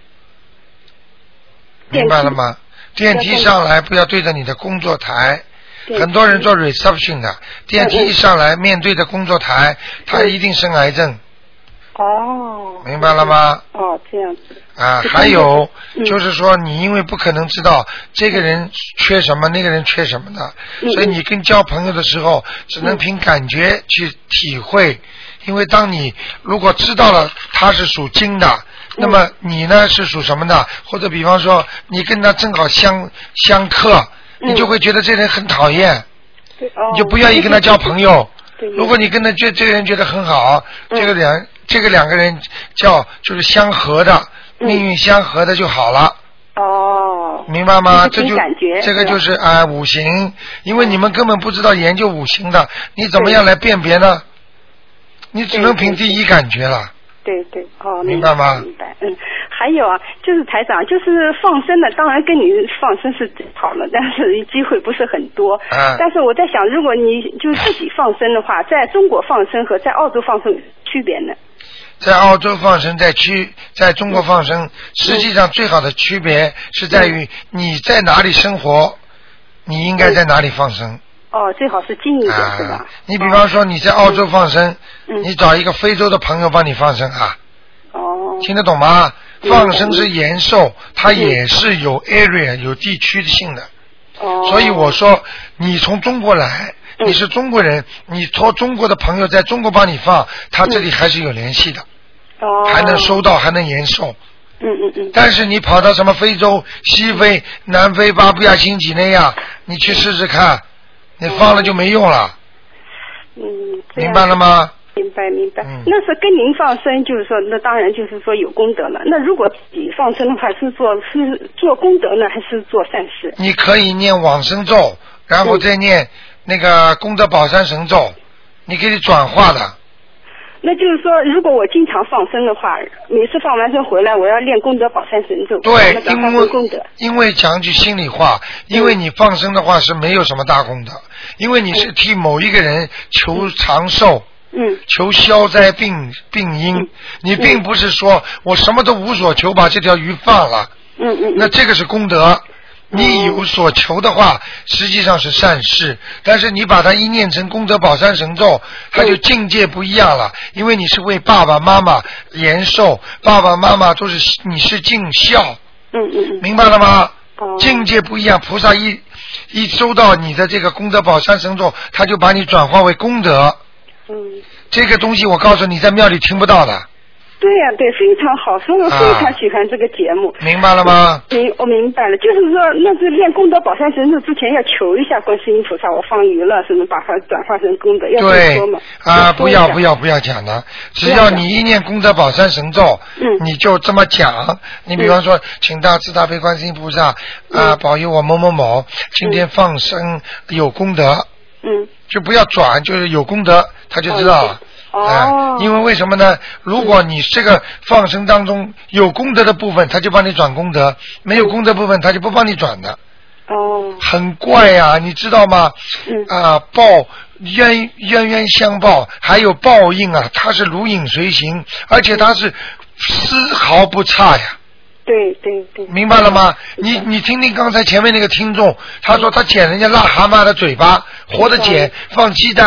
明白了吗？电梯上来不要对着你的工作台。很多人做 reception 的，电梯一上来面对着工作台，他一定生癌症。 哦。 明白了吗？ 哦，这样子。 啊，还有就是说，你因为不可能知道这个人缺什么，那个人缺什么的，所以你跟交朋友的时候，只能凭感觉去体会。因为当你如果知道了他是属金的，那么你呢是属什么的？或者比方说你跟他正好相相克。你就会觉得这人很讨厌， 嗯哦、 你就不愿意跟他交朋友。如果你跟他觉这个人觉得很好，嗯、这个两这个两个人叫就是相合的，嗯、命运相合的就好了。 哦， 明白吗？这就感觉这个就是啊、呃、五行，因为你们根本不知道研究五行的，你怎么样来辨别呢？你只能凭第一感觉了。 对对，哦， 明白吗？ 明白，嗯。还有啊，就是台长，就是放生的，当然跟你放生是好了，但是机会不是很多。 嗯。 但是我在想，如果你就自己放生的话，在中国放生和在澳洲放生有区别呢？ 在澳洲放生，在区在中国放生，实际上最好的区别是在于你在哪里生活，你应该在哪里放生。 哦，最好是近一点， 啊、 是吧？ 你比方说你在澳洲放生， 嗯、 你找一个非洲的朋友帮你放生啊。 哦。 听得懂吗？放生是延寿，它也是有 area 有地区性的。 哦。 所以我说，你从中国来，你是中国人，你托中国的朋友在中国帮你放，他这里还是有联系的。 哦。 还能收到，还能延寿。 嗯嗯嗯。 但是你跑到什么非洲、西非、南非、巴布亚新几内亚，你去试试看，你放了就没用了。 嗯。 明白了吗？ 明白明白，嗯、那是跟您放生，就是说，那当然就是说有功德了。那如果自己放生的话，是做是做功德呢，还是做善事？ 你可以念往生咒，然后再念那个功德宝山神咒，你可以转化的。 那就是说，如果我经常放生的话，每次放完生回来，我要练功德宝山神咒， 对， 因为功德。 因为讲句心里话，因为你放生的话是没有什么大功德，因为你是替某一个人求长寿。 嗯， 求消灾病病因，嗯、你并不是说我什么都无所求，把这条鱼放了。 嗯嗯。 那这个是功德。你有所求的话，实际上是善事，但是你把它一念成功德宝山神咒，它就境界不一样了。因为你是为爸爸妈妈延寿，爸爸妈妈都是你是尽孝。 嗯嗯。 明白了吗？哦。境界不一样，菩萨一一收到你的这个功德宝山神咒，他就把你转化为功德。 嗯， 这个东西我告诉你，在庙里听不到的。 对呀、啊，对，非常好，所以我非常喜欢这个节目。 啊、明白了吗？ 明，我明白了，就是说，那是练功德宝山神咒之前要求一下观世音菩萨，我放鱼了，什么把它转化成功德，要这么说嘛？ 啊，不要不要不要讲的，只要你一念功德宝山神咒， 嗯， 你就这么讲。你比方说，嗯、请大慈大悲观世音菩萨啊、呃、保佑我某某某今天放生有功德。 嗯。 就不要转，就是有功德，他就知道了。 哦。 呃、因为为什么呢？如果你这个放生当中有功德的部分，他就帮你转功德；没有功德部分，他就不帮你转的。 哦。 很怪呀、啊，你知道吗？ 嗯。 啊、呃，报冤冤冤相报，还有报应啊，它是如影随形，而且它是丝毫不差呀。 对对对。 明白了吗？你你听听刚才前面那个听众，他说他捡人家癞蛤蟆的嘴巴，活的捡，放鸡蛋，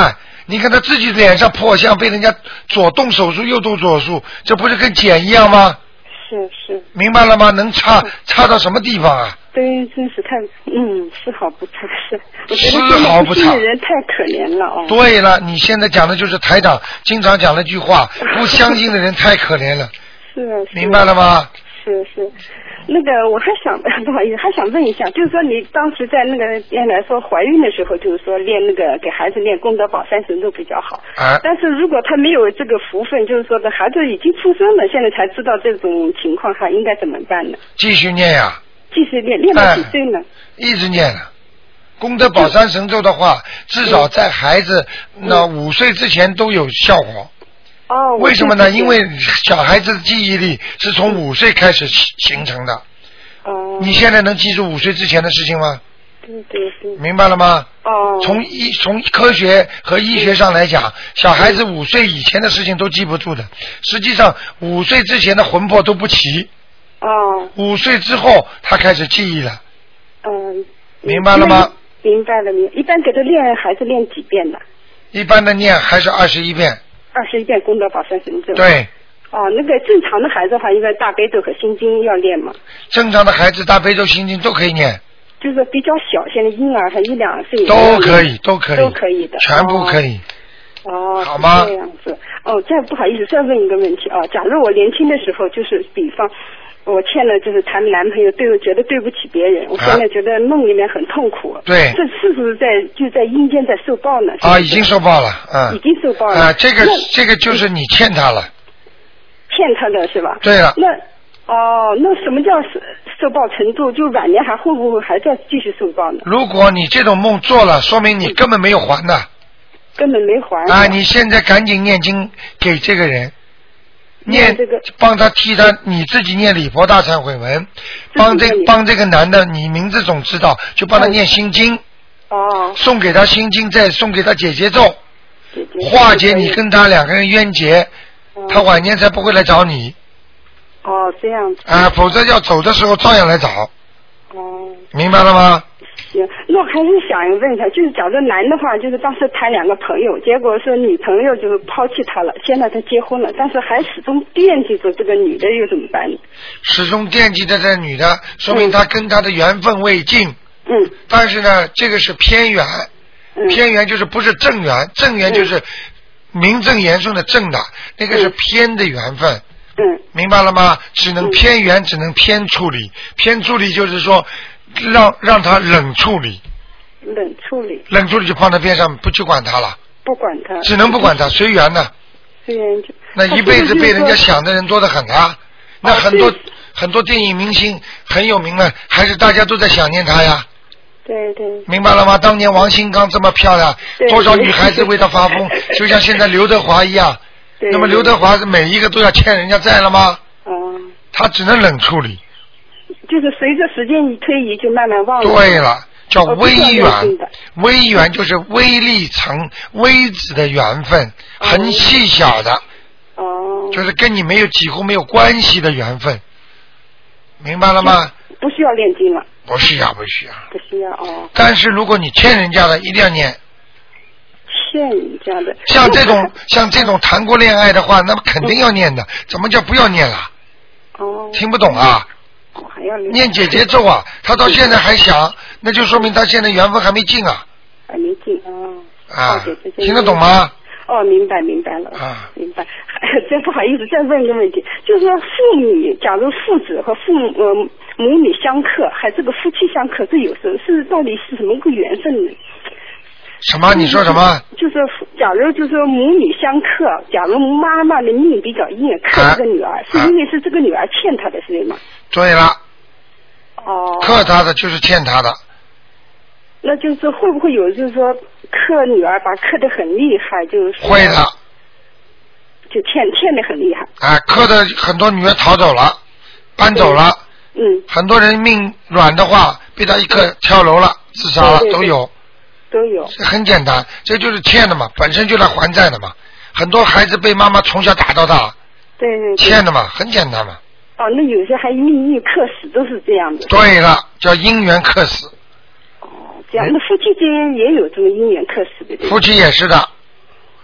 你看他自己脸上破相，被人家左动手术右动手术，这不是跟碱一样吗？ 是是。 明白了吗？能差差到什么地方啊？ 对，真是太嗯，丝毫不差是。我觉丝得毫不差。 这人太可怜了哦。 对了，你现在讲的就是台长经常讲那句话，不相信的人太可怜了。 是是。 明白了吗？ 是是。那个我还想不好意思，还想问一下，就是说你当时在那个原来说怀孕的时候，就是说练那个给孩子练功德宝山神咒比较好。 啊。 但是如果他没有这个福分，就是说的孩子已经出生了，现在才知道这种情况下应该怎么办呢？ 继续念呀。 继续练，练到几岁呢？ 一直念了。功德宝山神咒的话，至少在孩子那五岁之前都有效果。 哦。 为什么呢？因为小孩子的记忆力是从五岁开始形成的。 哦。 你现在能记住五岁之前的事情吗？ 对对对。 明白了吗？ 哦。 从医从科学和医学上来讲，小孩子五岁以前的事情都记不住的。实际上，五岁之前的魂魄都不齐。 哦。 五岁之后，他开始记忆了。 嗯。 明白了吗？ 明白了，明白。一般给他练孩子练几遍呢？ 一般的念还是二十一遍。 二十一遍功德宝山神咒。 对。 哦，那个正常的孩子的话，应该大悲咒和心经要练吗？ 正常的孩子大悲咒、心经都可以念。 就是比较小，现在婴儿还一两岁。 都可以，都可以。 都可以的。 全部可以。 哦。 好吗？ 这样子。哦，再不好意思，再问一个问题啊，假如我年轻的时候，就是比方。我欠了就是谈男朋友对我觉得对不起别人，我现在觉得梦里面很痛苦。 对。 这是不是在就在阴间在受报呢？ 啊，已经受报了，嗯。 已经受报了。 啊，这个这个就是你欠他了。 欠他的是吧？ 对了。 那哦，那什么叫受报程度？就晚年还会不会还在继续受报呢？ 如果你这种梦做了，说明你根本没有还的。 根本没还。 啊，你现在赶紧念经给这个人。念这个，帮他替他，你自己念礼佛大忏悔文，帮这帮这个男的，你名字总知道，就帮他念心经。 哦。 送给他心经，再送给他解结咒，化解你跟他两个人冤结，他晚年才不会来找你。 哦，这样子。 啊，否则要走的时候照样来找。 哦。 明白了吗？ 行，那我还是想问一下，就是假如男的话，就是当时谈两个朋友，结果说女朋友就是抛弃他了，现在他结婚了，但是还始终惦记着这个女的，又怎么办呢？ 始终惦记着这女的，说明他跟他的缘分未尽。 嗯。 但是呢，这个是偏缘， 嗯、 偏缘就是不是正缘，正缘就是名正言顺的正的，那个是偏的缘分。 嗯。 明白了吗？只能偏缘，只能偏处理，偏处理就是说。让让他冷处理， 冷处理， 冷处理就放在边上，不去管他了， 不管他， 只能不管他，随缘的。 随缘就。 那一辈子被人家想的人多得很啊，那很多、哦、很多电影明星很有名了，还是大家都在想念他呀。 对对。 明白了吗？当年王新刚这么漂亮，多少女孩子为他发疯，就像现在刘德华一样。 对。 那么刘德华是每一个都要欠人家债了吗？ 嗯。 他只能冷处理。 就是随着时间一推移，就慢慢忘了。 对了，叫微缘，微缘就是微粒层、微子的缘分，很细小的。 哦。 就是跟你没有几乎没有关系的缘分，明白了吗？ 不需要念经了。 不需要，不需要。 不需要哦。 但是如果你欠人家的，一定要念。 欠人家的。 像这种像这种谈过恋爱的话，那么肯定要念的。怎么叫不要念了？ 哦。 听不懂啊？ 哦、还要念姐姐咒啊，他到现在还想，那就说明他现在缘分还没尽啊。 还没尽哦。 啊， 哦、 听得懂吗？ 哦，明白明白了。 啊， 明白。真不好意思，再问一个问题，就是说父女，假如父子和父母、呃、母女相克，还这个夫妻相克，这有时候是到底是什么个缘分呢？ 什么？你说什么？ 就是假如就是母女相克，假如妈妈的命比较硬，克这个女儿，啊、是因为是这个女儿欠她的，是吗？ 对了。 哦。 克她的就是欠她的。 那就是会不会有就是说克女儿把克得很厉害，就是说会的。 就欠欠得很厉害。 啊，克的很多女儿逃走了，搬走了。 嗯。 很多人命软的话，被他一克跳楼了，自杀了， 对对对都有。 都有。 这很简单，这就是欠的嘛，本身就来还债的嘛。很多孩子被妈妈从小打到大。 对对对。 欠的嘛，很简单嘛。 哦，那有些还命运克死，都是这样的。 对了，叫因缘克死。 哦，这样，那夫妻之间也有这么因缘克死的。 夫妻也是的。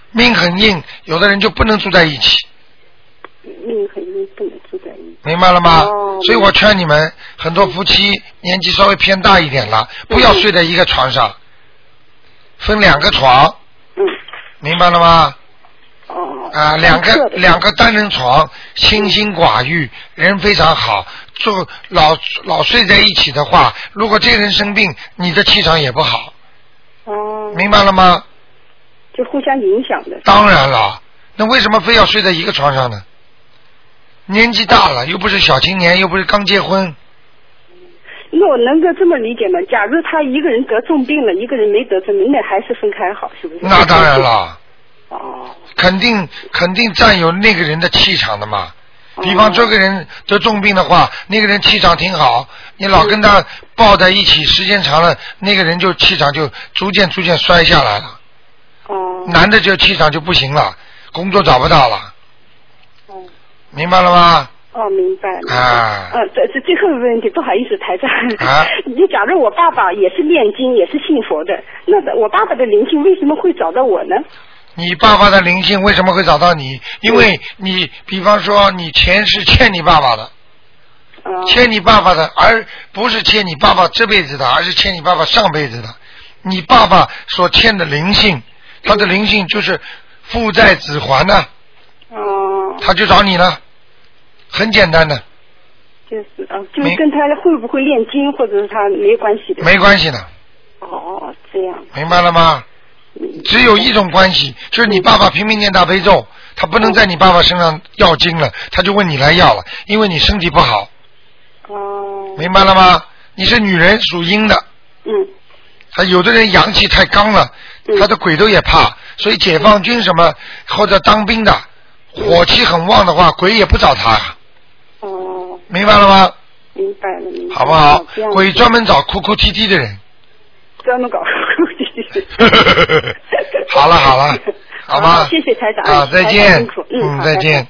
命很硬，有的人就不能住在一起。 命很硬，不能住在一起。 明白了吗？ 哦、 所以我劝你们，很多夫妻年纪稍微偏大一点了，不要睡在一个床上，分两个床。 嗯。 明白了吗？ 哦。 啊，两个两个单人床，清心寡欲，人非常好。做老老睡在一起的话，如果这个人生病，你的气场也不好。 哦。 明白了吗？ 就互相影响的。 当然了，那为什么非要睡在一个床上呢？年纪大了，又不是小青年，又不是刚结婚。 那我能够这么理解吗？假如他一个人得重病了，一个人没得重病，那还是分开好，是不是？ 那当然了。 哦。 肯定肯定占有那个人的气场的嘛。比方这个人得重病的话，那个人气场挺好，你老跟他抱在一起，时间长了，那个人就气场就逐渐逐渐衰下来了。 哦。 男的就气场就不行了，工作找不到了。 哦。 明白了吗？ 哦，明白了。 啊。 呃，这这最后一个问题，不好意思，台长。 啊。 你假如我爸爸也是念经，也是信佛的，那我爸爸的灵性为什么会找到我呢？ 你爸爸的灵性为什么会找到你？因为你，比方说，你钱是欠你爸爸的， 嗯、 欠你爸爸的，而不是欠你爸爸这辈子的，而是欠你爸爸上辈子的。你爸爸所欠的灵性，他的灵性就是父债子还呢。 哦。 他就找你了，很简单的。 就是啊，就是跟他会不会念经，或者是他没关系的。 没关系的。 哦，这样。 明白了吗？只有一种关系，就是你爸爸拼命念大悲咒，他不能在你爸爸身上要经了，他就问你来要了，因为你身体不好。 哦。 明白了吗？你是女人，属阴的。 嗯。 他有的人阳气太刚了，他的鬼都也怕，所以解放军什么或者当兵的，火气很旺的话，鬼也不找他呀。 哦。 明白了吗？ 明白了，明白了。 好不好？鬼专门找哭哭啼啼的人。 专门搞哭哭啼啼。 好了好了，好吧。 谢谢台长。 啊，再见。 嗯， 再见。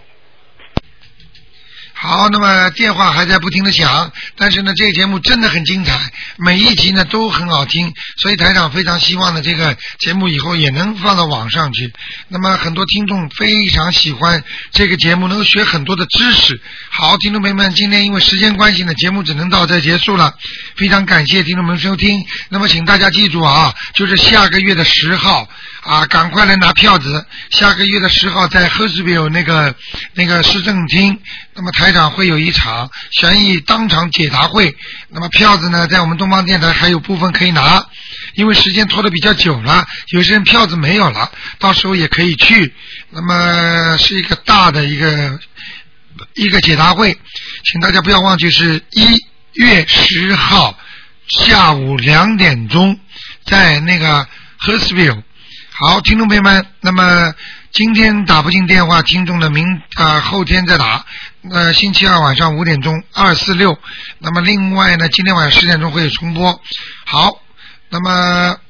好，那么电话还在不停的响，但是呢，这个节目真的很精彩，每一集呢都很好听，所以台长非常希望呢这个节目以后也能放到网上去。那么很多听众非常喜欢这个节目，能够学很多的知识。好，听众朋友们，今天因为时间关系呢，节目只能到这结束了。非常感谢听众们收听。那么请大家记住啊，就是下个月的十号啊，赶快来拿票子。下个月的十号在赫斯比尔那个那个市政厅。那么台长会有一场悬疑当场解答会，那么票子呢在我们东方电台还有部分可以拿，因为时间拖得比较久了，有些人票子没有了，到时候也可以去。那么是一个大的一个一个解答会，请大家不要忘记是一月十号下午两点钟在那个 Hurstville。 好，听众朋友们，那么今天打不进电话，听众的明啊、呃、后天再打。呃，星期二晚上五点钟二四六。那么另外呢，今天晚上十点钟会有重播。好，那么